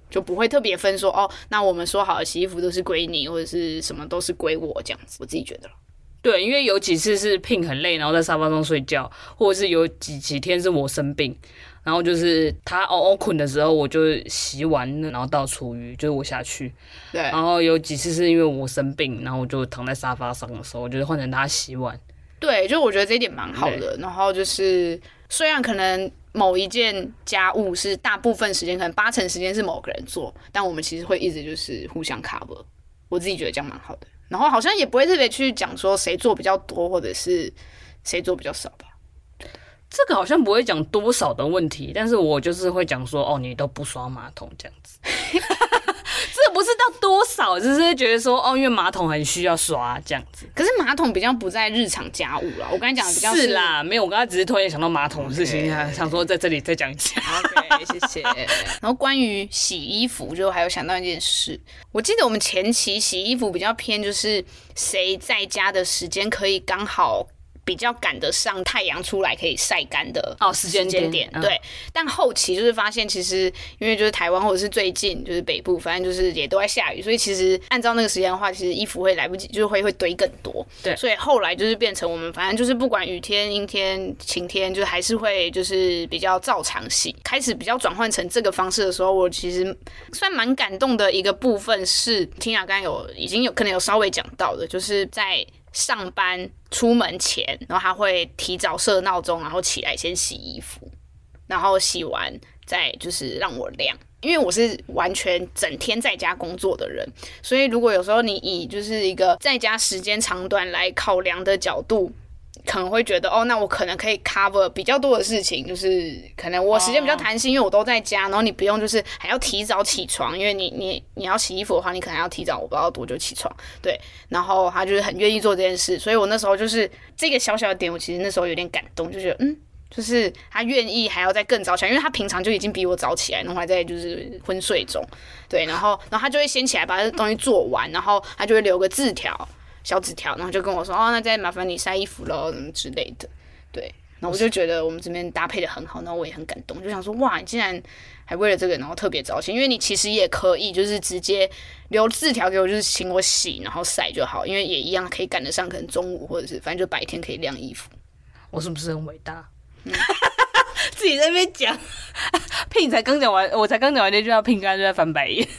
就不会特别分说哦，那我们说好的洗衣服都是归你，或者是什么都是归我这样子，我自己觉得。 对，因为有几次是Pin很累，然后在沙发上睡觉，或者是有几几天是我生病，然后就是他嗷嗷困的时候，我就洗完，然后倒厨余，就是我下去。 对。 然后有几次是因为我生病，然后我就躺在沙发上的时候，我就换成他洗碗。 对，就我觉得这一点蛮好的。然后就是虽然可能某一件家务是大部分时间，可能八成时间是某个人做，但我们其实会一直就是互相 cover。我自己觉得这样蛮好的。然后好像也不会特别去讲说谁做比较多，或者是谁做比较少吧。 这个好像不会讲多少的问题，但是我就是会讲说，哦，你都不刷马桶这样子。这不是到多少，只是觉得说，哦，因为马桶很需要刷这样子。 可是马桶比较不在日常家务啦，我刚才讲的比较 是, 是啦，没有，我刚才只是突然想到马桶的事情，okay. 想说在这里再讲一下。 OK， 谢谢。然后关于洗衣服，就还有想到一件事，我记得我们前期洗衣服比较偏，就是谁在家的时间可以刚好比较赶得上太阳出来可以晒干的哦时间点， 点对、嗯。但后期就是发现，其实因为就是台湾或者是最近就是北部，反正就是也都在下雨，所以其实按照那个时间的话，其实衣服会来不及，就是会会堆更多。 对， 所以后来就是变成我们反正就是不管雨天、阴天、晴天，就还是会就是比较照常洗。开始比较转换成这个方式的时候，我其实算蛮感动的一个部分是，Tina刚刚有已经有可能有稍微讲到的，就是在上班出门前，然后他会提早设闹钟，然后起来先洗衣服，然后洗完再就是让我晾。因为我是完全整天在家工作的人，所以如果有时候你以就是一个在家时间长短来考量的角度，可能会觉得哦，那我可能可以 cover 比较多的事情，就是可能我时间比较弹性，因为我都在家，然后你不用就是还要提早起床，因为你你你要洗衣服的话，你可能要提早我不知道多久起床，对，然后他就是很愿意做这件事，所以我那时候就是这个小小的点，我其实那时候有点感动，就觉得嗯。就是他愿意还要再更早起来，因为他平常就已经比我早起来，然后还在就是昏睡中，对，然后然后他就会先起来把这东西做完，然后他就会留个字条。小纸条，然后就跟我说哦，那再麻烦你晒衣服咯，什么之类的，对。然后我就觉得我们这边搭配的很好，然后我也很感动，就想说哇，你竟然还为了这个，然后特别早起，因为你其实也可以就是直接留字条给我，就是请我洗，然后晒就好，因为也一样可以赶得上，可能中午或者是反正就白天可以晾衣服。 我是不是很伟大？嗯、自己在那边讲，Pin 才刚讲完，我才刚讲完那句话，Pin 刚刚就在翻白眼。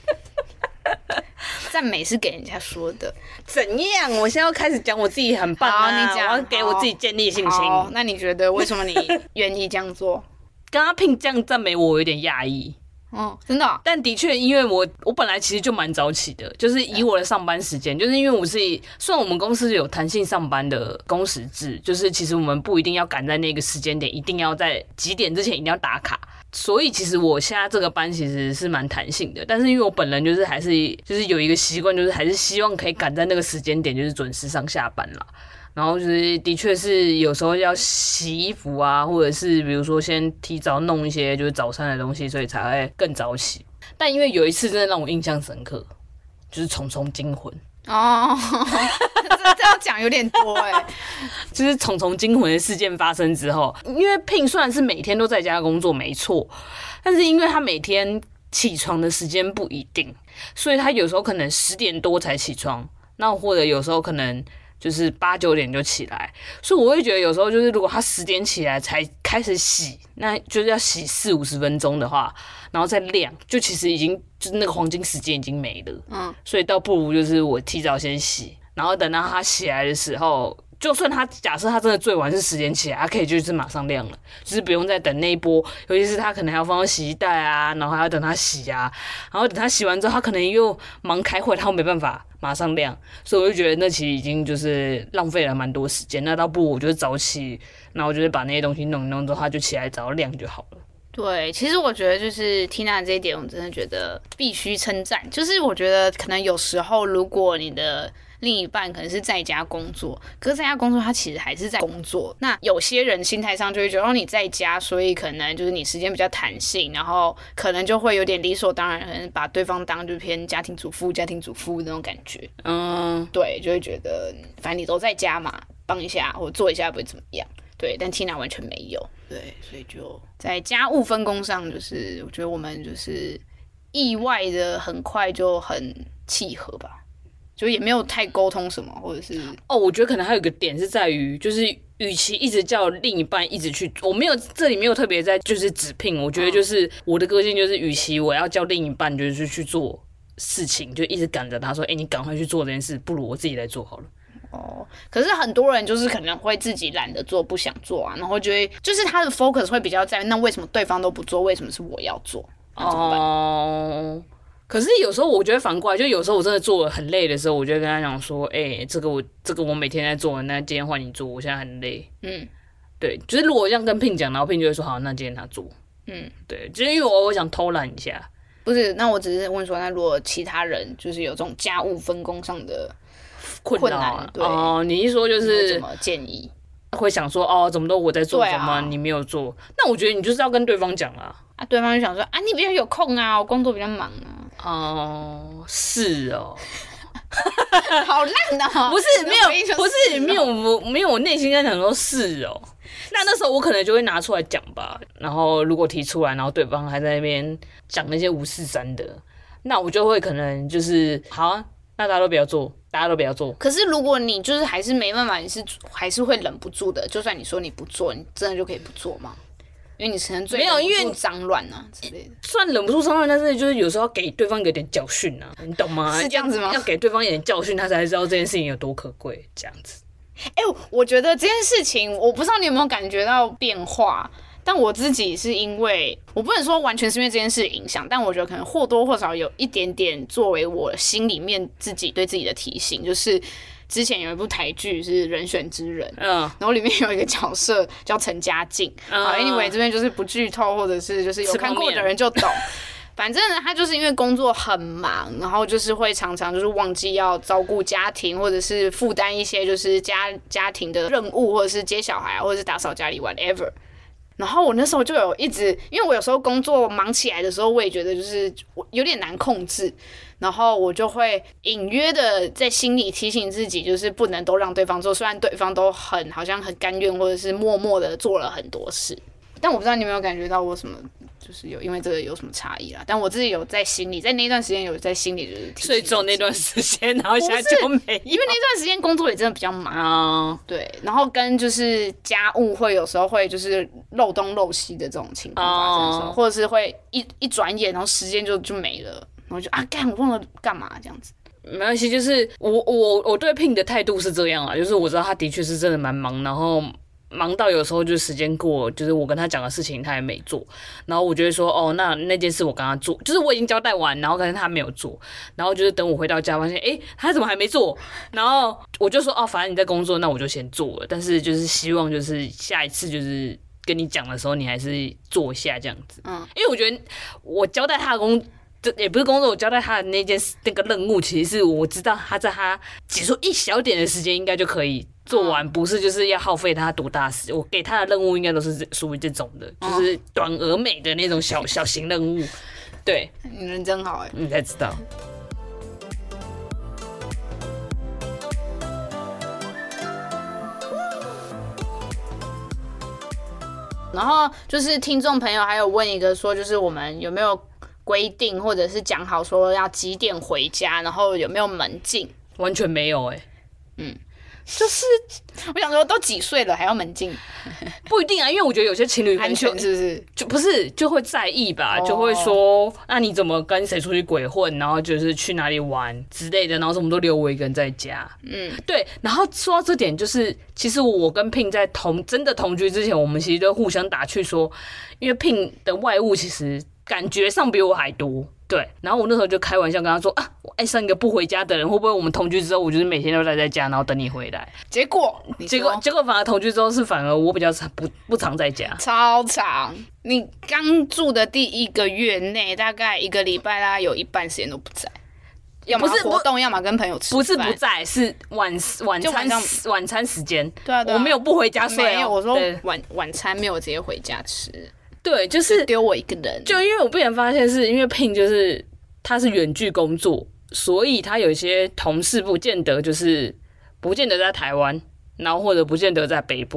赞美是给人家说的， 怎样？我现在要开始讲我自己很棒啊！ 你讲， 我要给我自己建立信心。 好，那你觉得为什么你愿意这样做？ 刚刚Pin这样赞美我，我有点讶异。 哦，真的、哦？ 但的确，因为我我本来其实就蛮早起的，就是以我的上班时间，就是因为我是虽然我们公司有弹性上班的工时制，就是其实我们不一定要赶在那个时间点，一定要在几点之前一定要打卡。所以其实我现在这个班其实是蛮弹性的，但是因为我本人就是还是就是有一个习惯，就是还是希望可以赶在那个时间点，就是准时上下班啦。然后就是的确是有时候要洗衣服啊，或者是比如说先提早弄一些就是早餐的东西，所以才会更早起。但因为有一次真的让我印象深刻，就是虫虫惊魂。 哦，这这样讲有点多哎、欸。 就是虫虫惊魂的事件发生之后，因为 Pin 虽然是每天都在家工作没错，但是因为他每天起床的时间不一定，所以他有时候可能十点多才起床，那或者有时候可能就是八九点就起来，所以我会觉得有时候就是如果他十点起来才开始洗，那就是要洗四五十分钟的话，然后再晾，就其实已经就是那个黄金时间已经没了。嗯，所以倒不如就是我提早先洗，然后等到他起来的时候，就算他假设他真的最晚是十点起来，他可以就是马上晾了，就是不用再等那一波，尤其是他可能还要放到洗衣袋啊，然后还要等他洗啊，然后等他洗完之后，他可能又忙开会，他又没办法马上晾，所以我就觉得那其实已经就是浪费了蛮多时间。那倒不如我就是早起，然后就是把那些东西弄一弄之后，他就起来早晾就好了。 对，其实我觉得就是 Tina 这一点，我真的觉得必须称赞。就是我觉得可能有时候，如果你的另一半可能是在家工作，可是在家工作他其实还是在工作。那有些人心态上就会觉得，哦，你在家，所以可能就是你时间比较弹性，然后可能就会有点理所当然，可能把对方当就是偏家庭主妇、家庭主妇那种感觉。嗯，对，就会觉得反正你都在家嘛，帮一下或做一下不会怎么样。对，但 Tina 完全没有。对，所以就在家务分工上，就是我觉得我们就是意外的很快就很契合吧，就也没有太沟通什么，或者是哦，我觉得可能还有一个点是在于，就是与其一直叫另一半一直去，我没有这里没有特别在就是指聘，我觉得就是我的个性就是，与其我要叫另一半就是去做事情，就一直赶着他说，哎、欸，你赶快去做这件事，不如我自己来做好了。 哦，可是很多人就是可能会自己懒得做，不想做啊，然后就会就是他的 focus 会比较在那为什么对方都不做，为什么是我要做？哦， 可是有时候我觉得反过来，就有时候我真的做得很累的时候，我就会跟他讲说，哎、欸，这个我这个我每天在做，那今天换你做，我现在很累。嗯，对，就是如果这样跟 Pin 讲，然后 Pin 就会说好，那今天他做。嗯，对，就是因为我我想偷懒一下。 不是，那我只是问说，那如果其他人就是有这种家务分工上的困难，对哦，你一说就是怎么建议？ 会想说哦，怎么都我在做什么，啊、你没有做，那我觉得你就是要跟对方讲啦。 啊，对方就想说啊，你比较有空啊，我工作比较忙啊。 哦，是哦， 好烂哦！ 不是没有，不是没有，我没有，我内心在想说是哦。那那时候我可能就会拿出来讲吧，然后如果提出来，然后对方还在那边讲那些五四三的，那我就会可能就是好啊，那大家都不要做，大家都不要做。 可是如果你就是还是没办法，你是还是会忍不住的。就算你说你不做，你真的就可以不做吗？因为你可能最忍不住脏乱啊之类的。 虽然忍不住脏乱，但是就是有时候要给对方有点教训啊，你懂吗？ 是这样子吗？ 要给对方一点教训，他才知道这件事情有多可贵，这样子。 哎、欸，我觉得这件事情，我不知道你有没有感觉到变化。但我自己是因为我不能说完全是因为这件事影响，但我觉得可能或多或少有一点点作为我心里面自己对自己的提醒，就是之前有一部台剧是《人选之人》，嗯，然后里面有一个角色叫陈嘉静，嗯，好 ，anyway 这边就是不剧透，或者是就是有看过的人就懂。反正呢，他就是因为工作很忙，然后就是会常常就是忘记要照顾家庭，或者是负担一些就是家家庭的任务，或者是接小孩，或者是打扫家里 whatever。然后我那时候就有一直，因为我有时候工作忙起来的时候，我也觉得就是我有点难控制，然后我就会隐约的在心里提醒自己，就是不能都让对方做，虽然对方都很好像很甘愿，或者是默默的做了很多事，但我不知道你有没有感觉到我什么。就是有因为这个有什么差异啦，但我自己有在心里，在那段时间有在心里就是提醒， 所以只有那段时间，然后现在就没有， 因为那段时间工作也真的比较忙啊，哦，对，然后跟就是家务会有时候会就是漏东漏西的这种情况发生的时候，哦，或者是会一一转眼，然后时间就就没了，然后就啊干我忘了干嘛这样子。 没关系，就是我我我对 Pin 的态度是这样啊，就是我知道他的确是真的蛮忙，然后。忙到有时候就时间过，就是我跟他讲的事情他也没做，然后我就会说哦，那那件事我跟他做，就是我已经交代完，然后可是他没有做，然后就是等我回到家发现，哎，他怎么还没做？然后我就说哦，反正你在工作，那我就先做了，但是就是希望就是下一次就是跟你讲的时候，你还是做一下这样子，嗯，因为我觉得我交代他的工。这也不是工作，我交代他的那件那个任务，其实是我知道他在他挤出一小点的时间，应该就可以做完，不是就是要耗费他多大时间。我给他的任务应该都是属于这种的，就是短而美的那种小小型任务。对， 你人真好哎， 你才知道。 然后就是听众朋友还有问一个说，就是我们有没有规定或者是讲好说要几点回家，然后有没有门禁？ 完全没有哎、欸， 嗯，就是我想说，都几岁了还要门禁？ 不一定啊，因为我觉得有些情侣安全是不是就不是就会在意吧， oh. 就会说那你怎么跟谁出去鬼混，然后就是去哪里玩之类的，然后什么都留我一个人在家。嗯，对。然后说到这点，就是其实我跟 Pin 在同真的同居之前，我们其实都互相打趣说，因为 Pin 的外物其实。感觉上比我还多，对。然后我那时候就开玩笑跟他说啊，我爱上一个不回家的人，会不会我们同居之后，我就是每天都待在家，然后等你回来？ 结果， 结果，结果反而同居之后是反而我比较常不不常在家， 超长。你刚住的第一个月内，大概一个礼拜，大概有一半时间都不在，要么活动，要么跟朋友吃饭。 不是不在，是晚晚餐晚晚餐时间。 对啊，对啊， 我没有不回家睡， 没有，我说晚晚餐没有直接回家吃。 对，就是丢我一个人。 就因为我不然发现是因为 Pin 就是他是远距工作，所以他有一些同事不见得就是不见得在台湾，然后或者不见得在北部，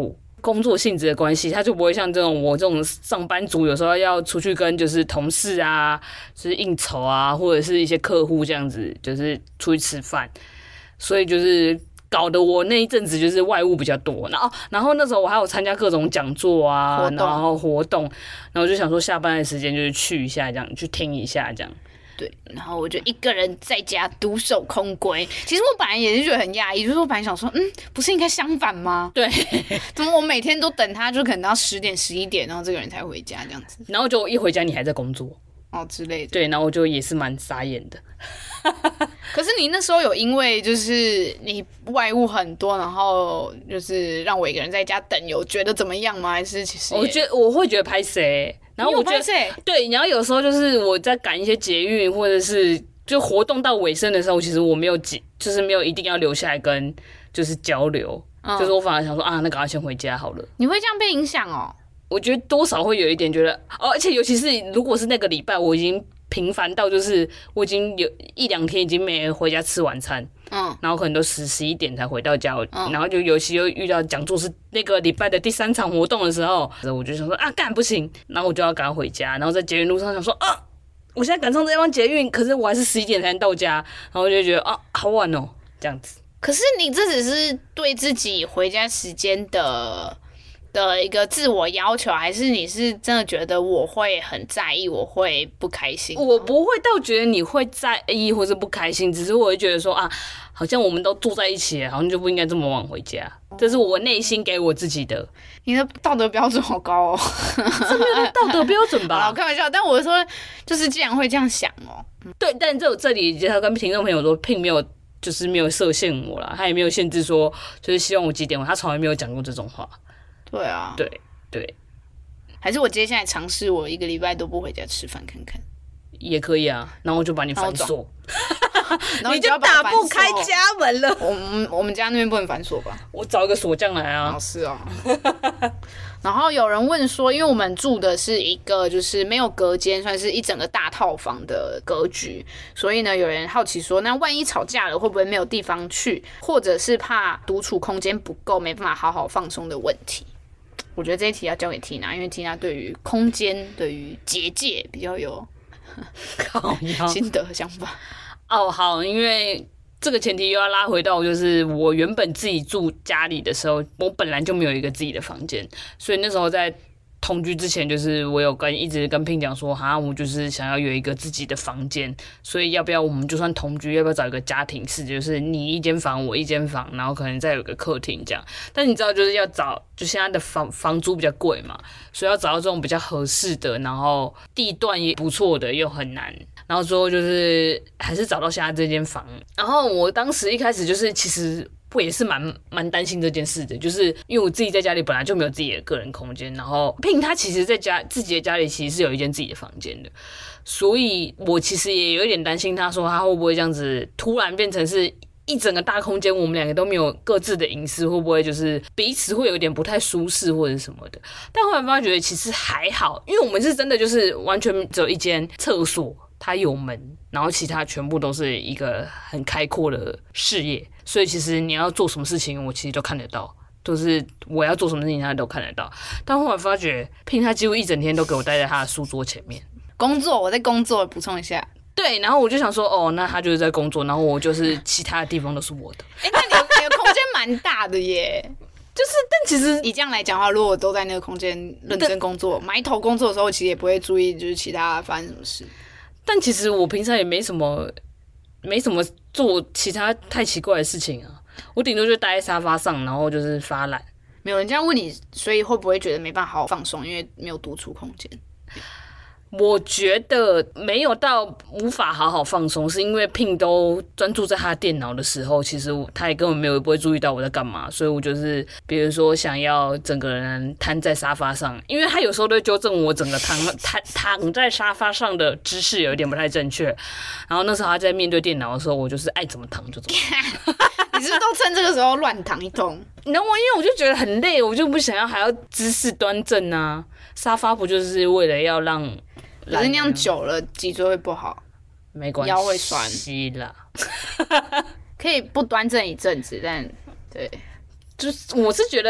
工作性质的关系，他就不会像这种我这种上班族，有时候要出去跟就是同事啊，就是应酬啊，或者是一些客户这样子，就是出去吃饭，所以就是搞得我那一阵子就是外务比较多。然后，然后那时候我还有参加各种讲座啊，然后活动，然后就想说下班的时间就是去一下这样，去听一下这样。 对，然后我就一个人在家独守空闺。其实我本来也是觉得很压抑，就是我本来想说，嗯，不是应该相反吗？ 对， 怎么我每天都等他，就可能到十点、十一点，然后这个人才回家这样子。 然后就一回家你还在工作哦之类的。 对，然后我就也是蛮傻眼的。 可是你那时候有因为就是你外务很多，然后就是让我一个人在家等，有觉得怎么样吗？还是其实我觉得我会觉得拍谁。然后我觉得对，然后有时候就是我在赶一些捷运，或者是就活动到尾声的时候，其实我没有就是没有一定要留下来跟就是交流，嗯、就是我反而想说啊，那赶快先回家好了。 你会这样被影响哦？ 我觉得多少会有一点觉得，哦，而且尤其是如果是那个礼拜，我已经频繁到就是我已经有一两天已经没回家吃晚餐。嗯，然后可能都十十一点才回到家，嗯、然后就尤其又遇到讲座是那个礼拜的第三场活动的时候，我就想说啊，干不行，然后我就要赶快回家，然后在捷运路上想说啊，我现在赶上这帮捷运，可是我还是十一点才能到家，然后就觉得啊，好晚哦，这样子。 可是你这只是对自己回家时间的的一个自我要求，还是你是真的觉得我会很在意，我会不开心？ 我不会到觉得你会在意或是不开心，只是我会觉得说啊，好像我们都住在一起，好像就不应该这么晚回家。这是我内心给我自己的。 你的道德标准好高哦， 这没有道德标准吧？ 我开玩笑，但我说就是既然会这样想哦， 对，但这这里要跟听众朋友说，并没有就是没有设限我啦，他也没有限制说就是希望我几点回，他从来没有讲过这种话。 对啊， 对对， 还是我接下来尝试，我一个礼拜都不回家吃饭看看， 也可以啊。然后我就把你反锁， 你就打不开家门了。 我们我们家那边不能反锁吧？ 我找一个锁匠来啊。 哦是啊。然后有人问说，因为我们住的是一个就是没有隔间，算是一整个大套房的格局，所以呢，有人好奇说，那万一吵架了，会不会没有地方去，或者是怕独处空间不够，没办法好好放松的问题？我觉得这一题要交给 Tina， 因为 Tina 对于空间、对于结界比较有心得和想法。 哦，好，因为这个前提又要拉回到，就是我原本自己住家里的时候，我本来就没有一个自己的房间，所以那时候在同居之前，就是我有跟一直跟Pin讲说，哈，我就是想要有一个自己的房间，所以要不要我们就算同居，要不要找一个家庭式，就是你一间房，我一间房，然后可能再有个客厅这样。但你知道，就是要找，就现在的房房租比较贵嘛，所以要找到这种比较合适的，然后地段也不错的，又很难。然后最后就是还是找到现在这间房。然后我当时一开始就是其实我也是蛮蛮担心这件事的，就是因为我自己在家里本来就没有自己的个人空间，然后Pin他其实在家自己的家里其实是有一间自己的房间的，所以我其实也有一点担心他说他会不会这样子突然变成是一整个大空间，我们两个都没有各自的隐私，会不会就是彼此会有点不太舒适或者什么的？但后来发觉其实还好，因为我们是真的就是完全只有一间厕所。它有门，然后其他全部都是一个很开阔的视野，所以其实你要做什么事情，我其实都看得到，就是我要做什么事情，他都看得到。但后来发觉Pin他几乎一整天都给我待在他的书桌前面工作，我在工作，补充一下。 对，然后我就想说，哦，那他就是在工作，然后我就是其他的地方都是我的。 哎、欸，那你你的空间蛮大的耶。 就是，但其实以这样来讲的话，如果我都在那个空间认真工作、埋头工作的时候，其实也不会注意就是其他发生什么事。 但其实我平常也没什么，没什么做其他太奇怪的事情啊。我顶多就待在沙发上，然后就是发懒。 没有人这样问你，所以会不会觉得没办法好好放松，因为没有独处空间？ 我觉得没有到无法好好放松，是因为Pin都专注在他的电脑的时候，其实他也根本没有不会注意到我在干嘛，所以我就是比如说想要整个人瘫在沙发上，因为他有时候都会纠正我整个躺躺躺在沙发上的姿势有一点不太正确，然后那时候他在面对电脑的时候，我就是爱怎么躺就怎么躺。 你是不是都趁这个时候乱躺一通？ 然后我因为我就觉得很累，我就不想要还要姿势端正啊，沙发不就是为了要让。 可是那样久了，脊椎会不好， 没关系， 腰会酸啦。 可以不端正一阵子，但对， 就是我是觉得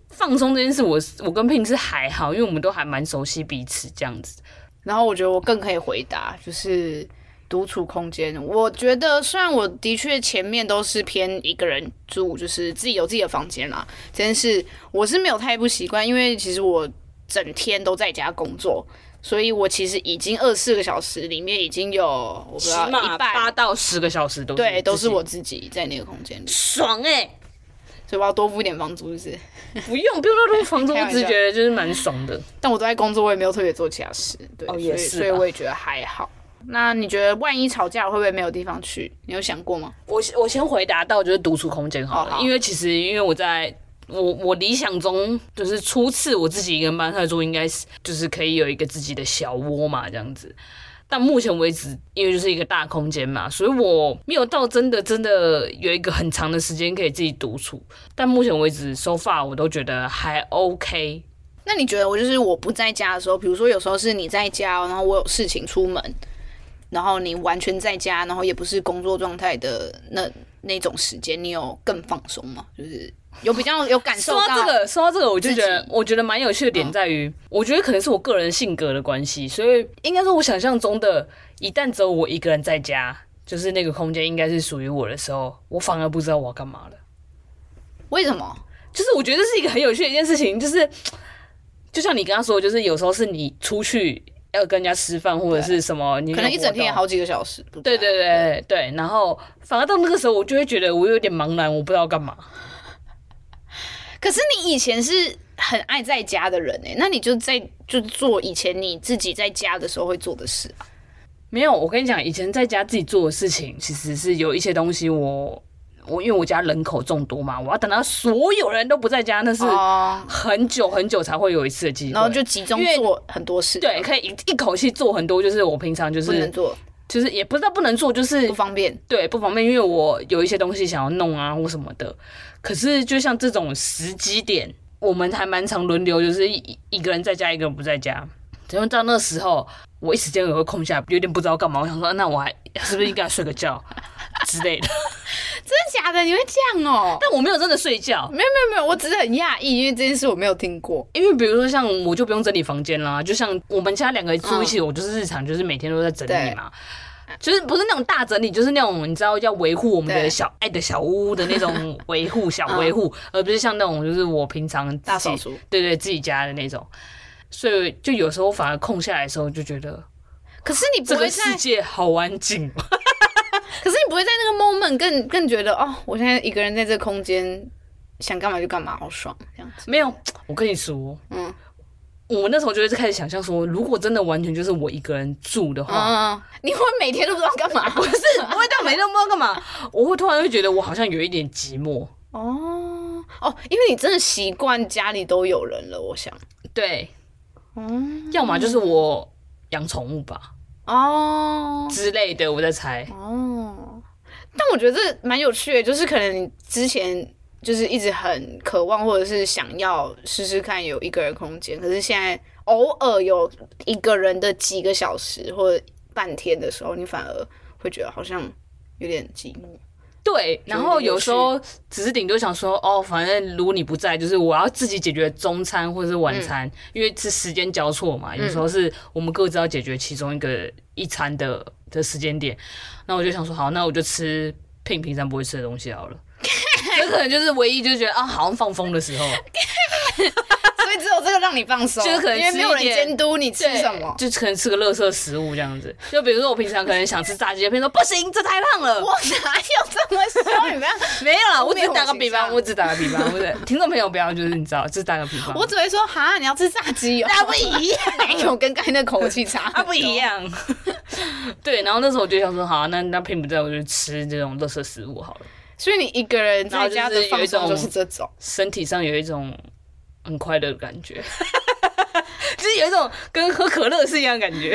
放松这件事我，我我跟 Pin 是还好，因为我们都还蛮熟悉彼此这样子。 然后我觉得我更可以回答，就是独处空间。我觉得虽然我的确前面都是偏一个人住，就是自己有自己的房间啦，这件事我是没有太不习惯，因为其实我整天都在家工作。所以我其实已经二十四个小时里面已经有我不知道一半八到十个小时都是对，都是我自己在那个空间里， 爽哎、欸！ 所以我要多付一点房租，是不是？ 不用，不用多付房租，我只觉得就是蛮爽的。 但我都在工作，我也没有特别做其他事，对， 哦，也是， 所以我也觉得还好。那你觉得万一吵架会不会没有地方去？你有想过吗？ 我我先回答到就是独处空间好了，哦、好因为其实因为我在。我我理想中就是初次我自己一个人搬出来住，应该是就是可以有一个自己的小窝嘛，这样子。但目前为止，因为就是一个大空间嘛，所以我没有到真的真的有一个很长的时间可以自己独处。但目前为止 ，so far 我都觉得还 OK。 那你觉得我就是我不在家的时候，比如说有时候是你在家，然后我有事情出门，然后你完全在家，然后也不是工作状态的那那种时间，你有更放松吗？就是有比较有感受到。 说到这个，说到这个，我就觉得，我觉得蛮有趣的点在于，嗯、我觉得可能是我个人性格的关系，所以应该说，我想象中的，一旦只有我一个人在家，就是那个空间应该是属于我的时候，我反而不知道我要干嘛了。 为什么？ 就是我觉得这是一个很有趣的一件事情，就是就像你刚刚说的，就是有时候是你出去。要跟人家吃饭或者是什么，你可能一整天也好几个小时。 对对对对，然后反而到那个时候，我就会觉得我有点茫然，我不知道干嘛。 可是你以前是很爱在家的人哎、欸，那你就在就做以前你自己在家的时候会做的事啊？ 没有，我跟你讲，以前在家自己做的事情，其实是有一些东西我。我因为我家人口众多嘛，我要等到所有人都不在家，那是很久很久才会有一次的机会， 然后就集中做很多事， 对，可以一一口气做很多，就是我平常就是不能做， 就是也不知道不能做，就是不方便， 对，不方便，因为我有一些东西想要弄啊或什么的。可是就像这种时机点，我们还蛮常轮流，就是一一个人在家，一个人不在家。然后到那时候，我一时间也会空下来，有点不知道干嘛。我想说，那我还是不是应该睡个觉之类的？ 真的假的？你会这样哦？ 但我没有真的睡觉， 没有没有没有，我只是很讶异，因为这件事我没有听过。 因为比如说像我就不用整理房间啦，就像我们家两个住一起，嗯、我就是日常就是每天都在整理嘛。就是不是那种大整理，就是那种你知道要维护我们的小爱的小屋的那种维护小维护，嗯、而不是像那种就是我平常大扫除， 对对自己家的那种。所以就有时候反而空下来的时候就觉得， 可是你不会在这个世界好安静。 可是你不会在那个 moment 更更觉得哦，我现在一个人在这个空间，想干嘛就干嘛，好爽这样子。 没有，我跟你说，嗯，我那时候就会开始想象说，如果真的完全就是我一个人住的话， 嗯，你会每天都不知道干嘛？ 不是，不会到每天都不知道干嘛，我会突然会觉得我好像有一点寂寞。 哦哦，因为你真的习惯家里都有人了，我想。 对。嗯，要么就是我养宠物吧，哦之类的，我在猜。 哦，但我觉得这蛮有趣的，就是可能你之前就是一直很渴望或者是想要试试看有一个人空间，可是现在偶尔有一个人的几个小时或者半天的时候，你反而会觉得好像有点寂寞。 对，然后有时候只是顶多想说，哦，反正如果你不在，就是我要自己解决中餐或者是晚餐，嗯、因为是时间交错嘛，有时候是我们各自要解决其中一个一餐的的时间点。那我就想说，好，那我就吃Pin平常不会吃的东西好了。这可能就是唯一就是觉得啊，好像放风的时候。 所以只有这个让你放松， 就是可能因为没有人监督你吃什么， 就可能吃个垃圾食物这样子。就比如说我平常可能想吃炸鸡，别人说不行，这太胖了。 我哪有这么说？你不要， 没有啦，我只打个比方，我只打个比方，不是听众朋友不要就是你知道，只打个比方。 我只会说哈，你要吃炸鸡哦， 那不一样， 没有跟刚才那口气差， 它不一样。对，然后那时候我就想说，好，那那Pin不在，我就吃这种垃圾食物好了。 所以你一个人在家的放松就是这种， 身体上有一种很快乐的感觉，就是有一种跟喝可乐是一样的感觉。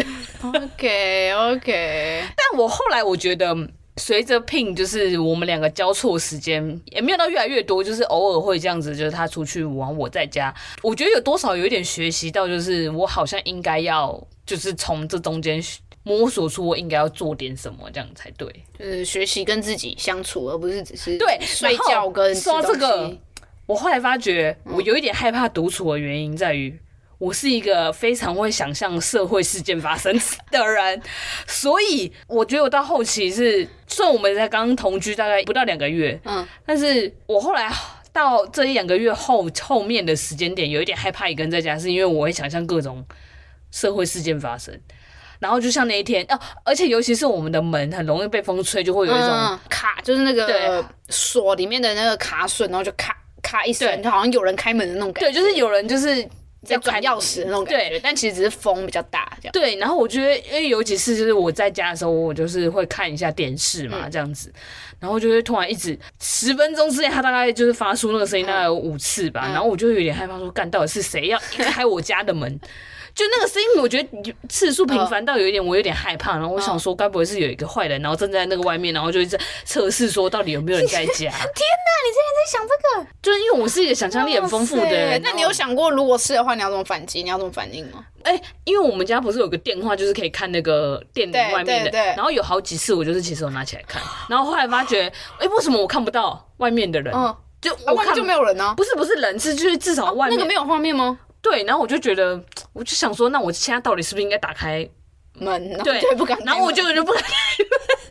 OK OK， 但我后来我觉得，随着Pin就是我们两个交错时间也没有到越来越多，就是偶尔会这样子，就是他出去玩，我在家。我觉得有多少有一点学习到，就是我好像应该要，就是从这中间摸索出我应该要做点什么，这样才对。 就是学习跟自己相处，而不是只是对睡觉跟吃东西。 说这个， 我后来发觉，我有一点害怕独处的原因在于，我是一个非常会想象社会事件发生的人，所以我觉得我到后期是，虽然我们才刚同居大概不到两个月，嗯，但是我后来到这一两个月后后面的时间点，有一点害怕一个人在家，是因为我会想象各种社会事件发生。然后就像那一天，哦，而且尤其是我们的门很容易被风吹，就会有一种、嗯、 卡，就是那个锁里面的那个卡榫，然后就咔咔一声，就好像有人开门的那种感觉。 对，就是有人就是在转钥匙的那种感觉，但其实只是风比较大这样。 对，然后我觉得，因为有几次就是我在家的时候，我就是会看一下电视嘛，嗯、这样子，然后就会突然一直十分钟之内，他大概就是发出那个声音，大概有五次吧，嗯、然后我就有点害怕说，干到底是谁要开我家的门？就那个声音，我觉得次数频繁到有一点，我有点害怕。然后我想说，该不会是有一个坏人，然后站在那个外面，然后就一直测试说到底有没有人在家？天哪， 你之前在想这个？ 就是因为我是一个想象力很丰富的人。 那你有想过，如果是的话，你要怎么反击？你要怎么反应吗？ 哎、欸，因为我们家不是有个电话，就是可以看那个电铃外面的，然后有好几次我就是其实我拿起来看，然后后来发觉，哎、欸，为什么我看不到外面的人？嗯，就我看、啊、就没有人呢、啊？ 不是不是人，是就是至少外面、 啊、那个没有画面吗？ 对，然后我就觉得，我就想说，那我现在到底是不是应该打开门？ 对， 就不敢开门， 然后我就就不敢开门。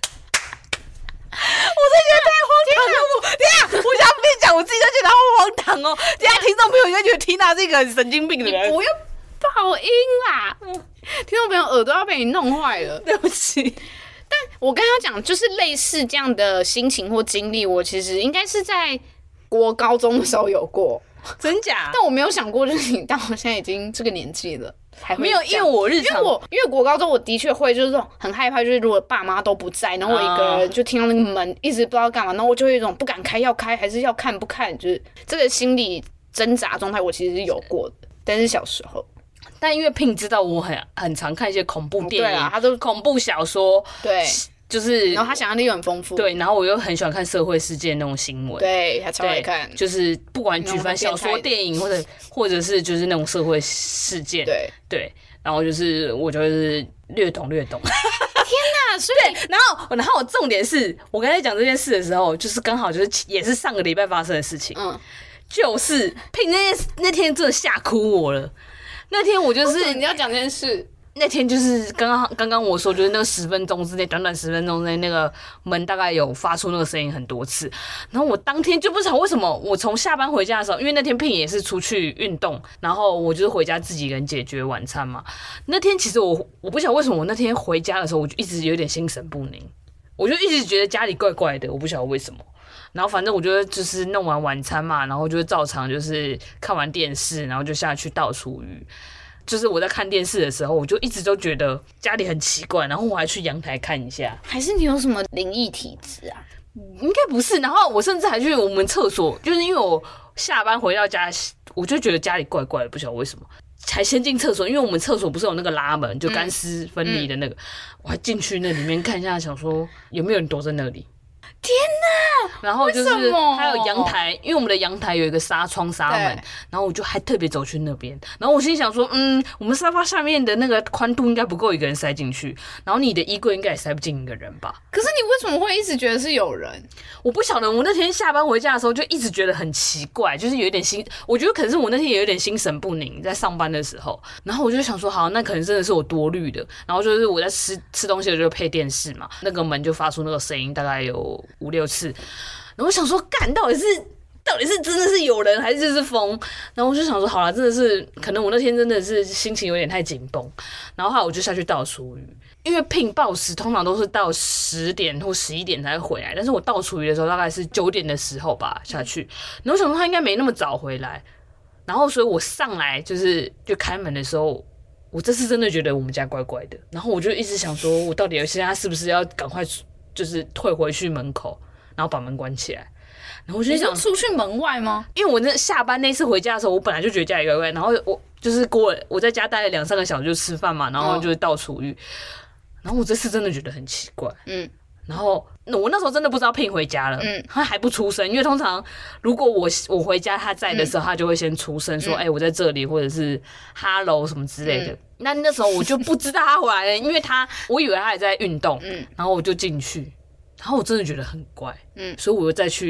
我真的觉得太荒唐了！我等一下，我想跟你讲，我自己都觉得好荒唐哦。等一下，听众朋友应该觉得缇娜是一个很神经病的人。 你不要爆音啦！听众朋友耳朵要被你弄坏了， 对不起。 但我刚刚讲，就是类似这样的心情或经历，我其实应该是在国高中的时候有过。 真假？ 但我没有想过，就是你到现在已经这个年纪了，还会没有，因为我日常， 因为我因为国高中我的确会就是很害怕，就是如果爸妈都不在，然后我一个人就听到那个门一直不知道干嘛，然后我就会有一种不敢开，要开还是要看不看，就是这个心理挣扎状态，我其实是有过的，但是小时候。 但因为 Pin 知道我很很常看一些恐怖电影， 对啊，他都恐怖小说， 对。 就是， 然后他想象力又很丰富， 对，然后我又很喜欢看社会事件那种新闻， 对，他超爱看， 就是不管举凡小说、电影或者或者是就是那种社会事件， 对对，然后就是我就是略懂略懂。 天哪！所以然后然后我重点是我刚才讲这件事的时候，就是刚好就是也是上个礼拜发生的事情，嗯，就是聘那那天真的吓哭我了。那天我就是你要讲这件事。 那天就是刚刚刚刚我说，就是那个十分钟之内，短短十分钟之内，那个门大概有发出那个声音很多次。然后我当天就不知道为什么，我从下班回家的时候，因为那天Pin也是出去运动，然后我就是回家自己一个人解决晚餐嘛。那天其实我我不晓得为什么，我那天回家的时候，我就一直有点心神不宁，我就一直觉得家里怪怪的，我不晓得为什么。然后反正我就就是弄完晚餐嘛，然后就照常就是看完电视，然后就下去倒厨余。就是我在看电视的时候，我就一直都觉得家里很奇怪，然后我还去阳台看一下。 还是你有什么灵异体质啊？ 应该不是。然后我甚至还去我们厕所，就是因为我下班回到家，我就觉得家里怪怪的，不晓得为什么，才先进厕所，因为我们厕所不是有那个拉门，就干湿分离的那个，嗯嗯、我还进去那里面看一下，想说有没有人躲在那里。 天哪！ 然后就是还有阳台，因为我们的阳台有一个纱窗纱门，然后我就还特别走去那边。然后我心里想说，嗯，我们沙发下面的那个宽度应该不够一个人塞进去，然后你的衣柜应该也塞不进一个人吧？ 可是你为什么会一直觉得是有人？ 我不晓得。我那天下班回家的时候就一直觉得很奇怪，就是有一点心，我觉得可能是我那天也有点心神不宁，在上班的时候。然后我就想说，好，那可能真的是我多虑的。然后就是我在吃吃东西的时候配电视嘛，那个门就发出那个声音，大概有五六次。然后我想说，干，到底是到底是真的是有人还是就是风？然后我就想说，好啦，真的是可能我那天真的是心情有点太紧绷。然后后来我就下去倒厨余，因为Pin报时通常都是到十点或十一点才会回来，但是我倒厨余的时候大概是九点的时候吧下去。然后我想说他应该没那么早回来，然后所以我上来就是就开门的时候，我这次真的觉得我们家怪怪的。然后我就一直想说，我到底现在是不是要赶快就是退回去门口？然后把门关起来，然后我就想出去门外吗？ 因为我那下班那次回家的时候，我本来就觉得家里怪怪，然后我就是过了我在家待了两三个小时就吃饭嘛，然后就是倒厨余，然后我这次真的觉得很奇怪，嗯，然后我那时候真的不知道Pin回家了，嗯，他还不出声，因为通常如果我我回家他在的时候，嗯、他就会先出声说，哎、嗯欸，我在这里，或者是 hello 什么之类的。嗯、那那时候我就不知道他回来了，因为他我以为他还在运动，嗯，然后我就进去。然后我真的觉得很怪，嗯，所以我又再去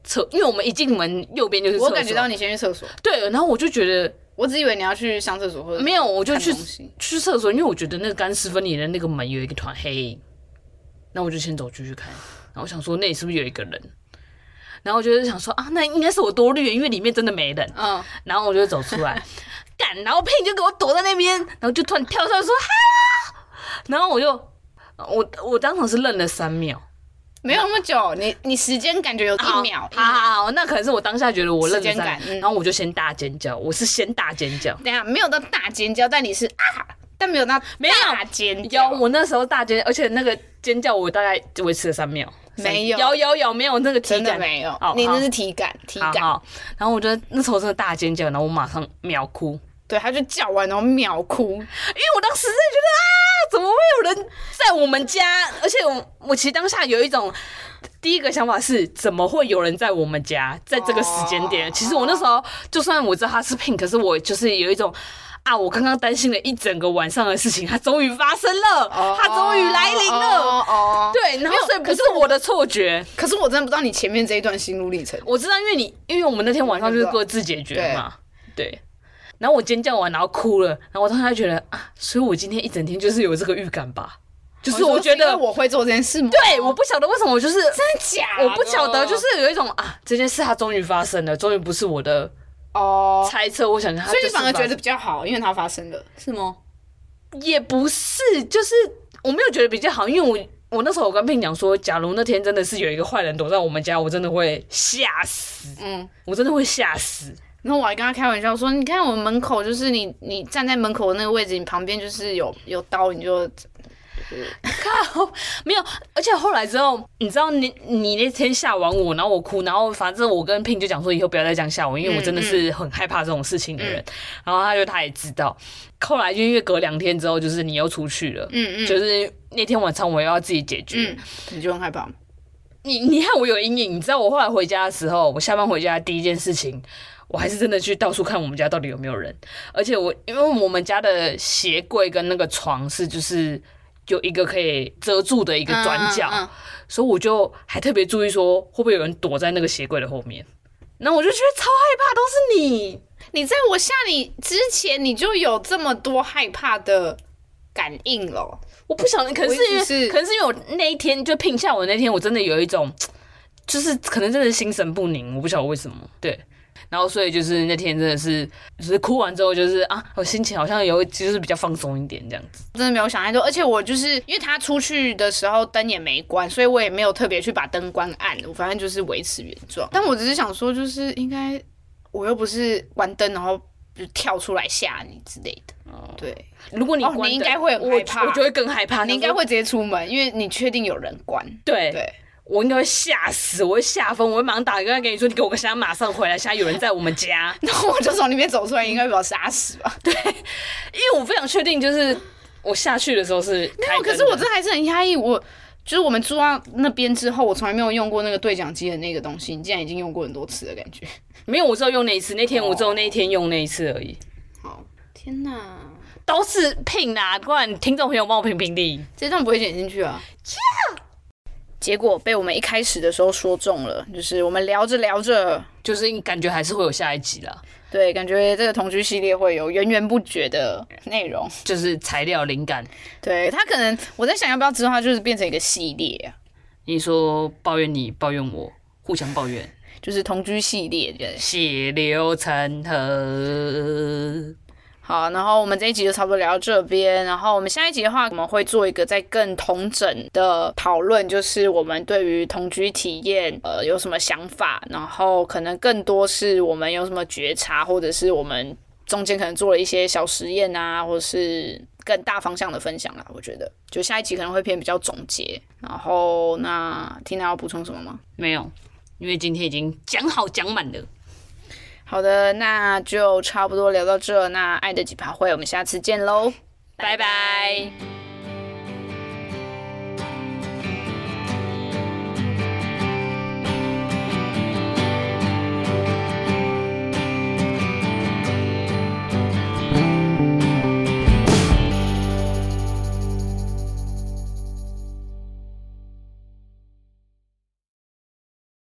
厕，因为我们一进门右边就是厕所。 我感觉到你先去厕所。 对，然后我就觉得。 我只以为你要去上厕所或者没有，我就去去厕所，因为我觉得那个干湿分离的那个门有一个团黑影，那我就先走进去看，然后我想说那里是不是有一个人，然后我就想说啊，那应该是我多虑，因为里面真的没人，嗯，然后我就走出来，干，然后佩就给我躲在那边，然后就突然跳出来说哈，然后我就我我当场是愣了三秒。 没有那么久，你你时间感觉有一秒， 好好好，那可能是我当下觉得我认真感， 嗯、 然后我就先大尖叫，我是先大尖叫。 等一下没有到大尖叫，但你是啊，但没有到大尖叫。 有，我那时候大尖，而且那个尖叫我大概维持了三秒。 没有， 有有有没有那个体感？ 真的没有，你那是体感，体感。 好好，然后我觉得那时候真的大尖叫，然后我马上秒哭。 对，他就叫完然后秒哭，因为我当时真的觉得啊，怎么会有人在我们家？而且我我其实当下有一种第一个想法是，怎么会有人在我们家，在这个时间点？哦、其实我那时候就算我知道他是 Pink， 可是我就是有一种啊，我刚刚担心了一整个晚上的事情，它终于发生了，哦、它终于来临了。哦哦、对，然后所以不是我的错觉， 可是我真的不知道你前面这一段心路历程。 我知道，因为你因为我们那天晚上就是各自解决嘛，对。对然后我尖叫完，然后哭了，然后我当时觉得啊，所以我今天一整天就是有这个预感吧，就是我觉得我会做这件事吗？ 对，我不晓得为什么，我就是真的假的， 我不晓得，就是有一种啊，这件事它终于发生了，终于不是我的哦猜测，我想它所以你反而觉得比较好，因为它发生了，是吗？ 也不是，就是我没有觉得比较好，因为我我那时候我跟Pin讲说，假如那天真的是有一个坏人躲在我们家，我真的会吓死，嗯，我真的会吓死。 然后我还跟他开玩笑说：“你看我们门口，就是你你站在门口的那个位置，你旁边就是有有刀，你就靠没有。而且后来之后，你知道你你那天吓完我，然后我哭，然后反正我跟 Pin 就讲说以后不要再这样吓我，因为我真的是很害怕这种事情的人。嗯嗯、然后他就他也知道，后来就因为隔两天之后，就是你又出去了，嗯嗯，就是那天晚上我又要自己解决， 嗯、你就很害怕吗？ 你你看我有阴影，你知道我后来回家的时候，我下班回家第一件事情。”我还是真的去到处看我们家到底有没有人，而且我因为我们家的鞋柜跟那个床是就是有一个可以遮住的一个转角，嗯嗯嗯、所以我就还特别注意说会不会有人躲在那个鞋柜的后面。然后我就觉得超害怕，都是你， 你在我吓你之前你就有这么多害怕的感应了。 我不晓得，可能是因为是可能是因为我那一天就聘下我那天，我真的有一种就是可能真的心神不宁，我不晓得为什么，对。然后所以就是那天真的是，就是哭完之后就是啊，我心情好像有就是比较放松一点这样子。 真的没有想太多，而且我就是因为他出去的时候灯也没关，所以我也没有特别去把灯关暗，我反正就是维持原状。但我只是想说，就是应该我又不是关灯然后就跳出来吓你之类的。哦、对， 如果你关灯、哦、 你应该会很害怕， 我, 我就会更害怕。 你应该会直接出门，因为你确定有人关。 对对。 我应该会吓死，我会吓疯，我会马上打电话给你说，你给我个现在马上回来，现在有人在我们家， 然后我就从里面走出来，应该会把我杀死吧？ 对，因为我非常确定，就是我下去的时候是开灯的。 没有，可是我真的还是很压抑。我就是我们住到那边之后，我从来没有用过那个对讲机的那个东西，你竟然已经用过很多次的感觉。 没有，我只有用那一次，那天我只有那一天用那一次而已。 好，天哪， 都是拼啦！不然听众朋友帮我评评理， 这段不会剪进去啊。Yeah! 结果被我们一开始的时候说中了，就是我们聊着聊着， 就是感觉还是会有下一集啦。 对，感觉这个同居系列会有源源不绝的内容， 就是材料灵感。 对，他可能我在想要不要之后它就是变成一个系列啊。 你说抱怨你，抱怨我，互相抱怨， 就是同居系列的血流成河。 好，然后我们这一集就差不多聊到这边，然后我们下一集的话，我们会做一个再更统整的讨论，就是我们对于同居体验呃有什么想法，然后可能更多是我们有什么觉察，或者是我们中间可能做了一些小实验啊，或者是更大方向的分享啦。我觉得就下一集可能会偏比较总结，然后那Tina要补充什么吗？ 没有，因为今天已经讲好讲满了。 好的，那就差不多聊到这。那爱的几趴会，我们下次见喽， 拜拜。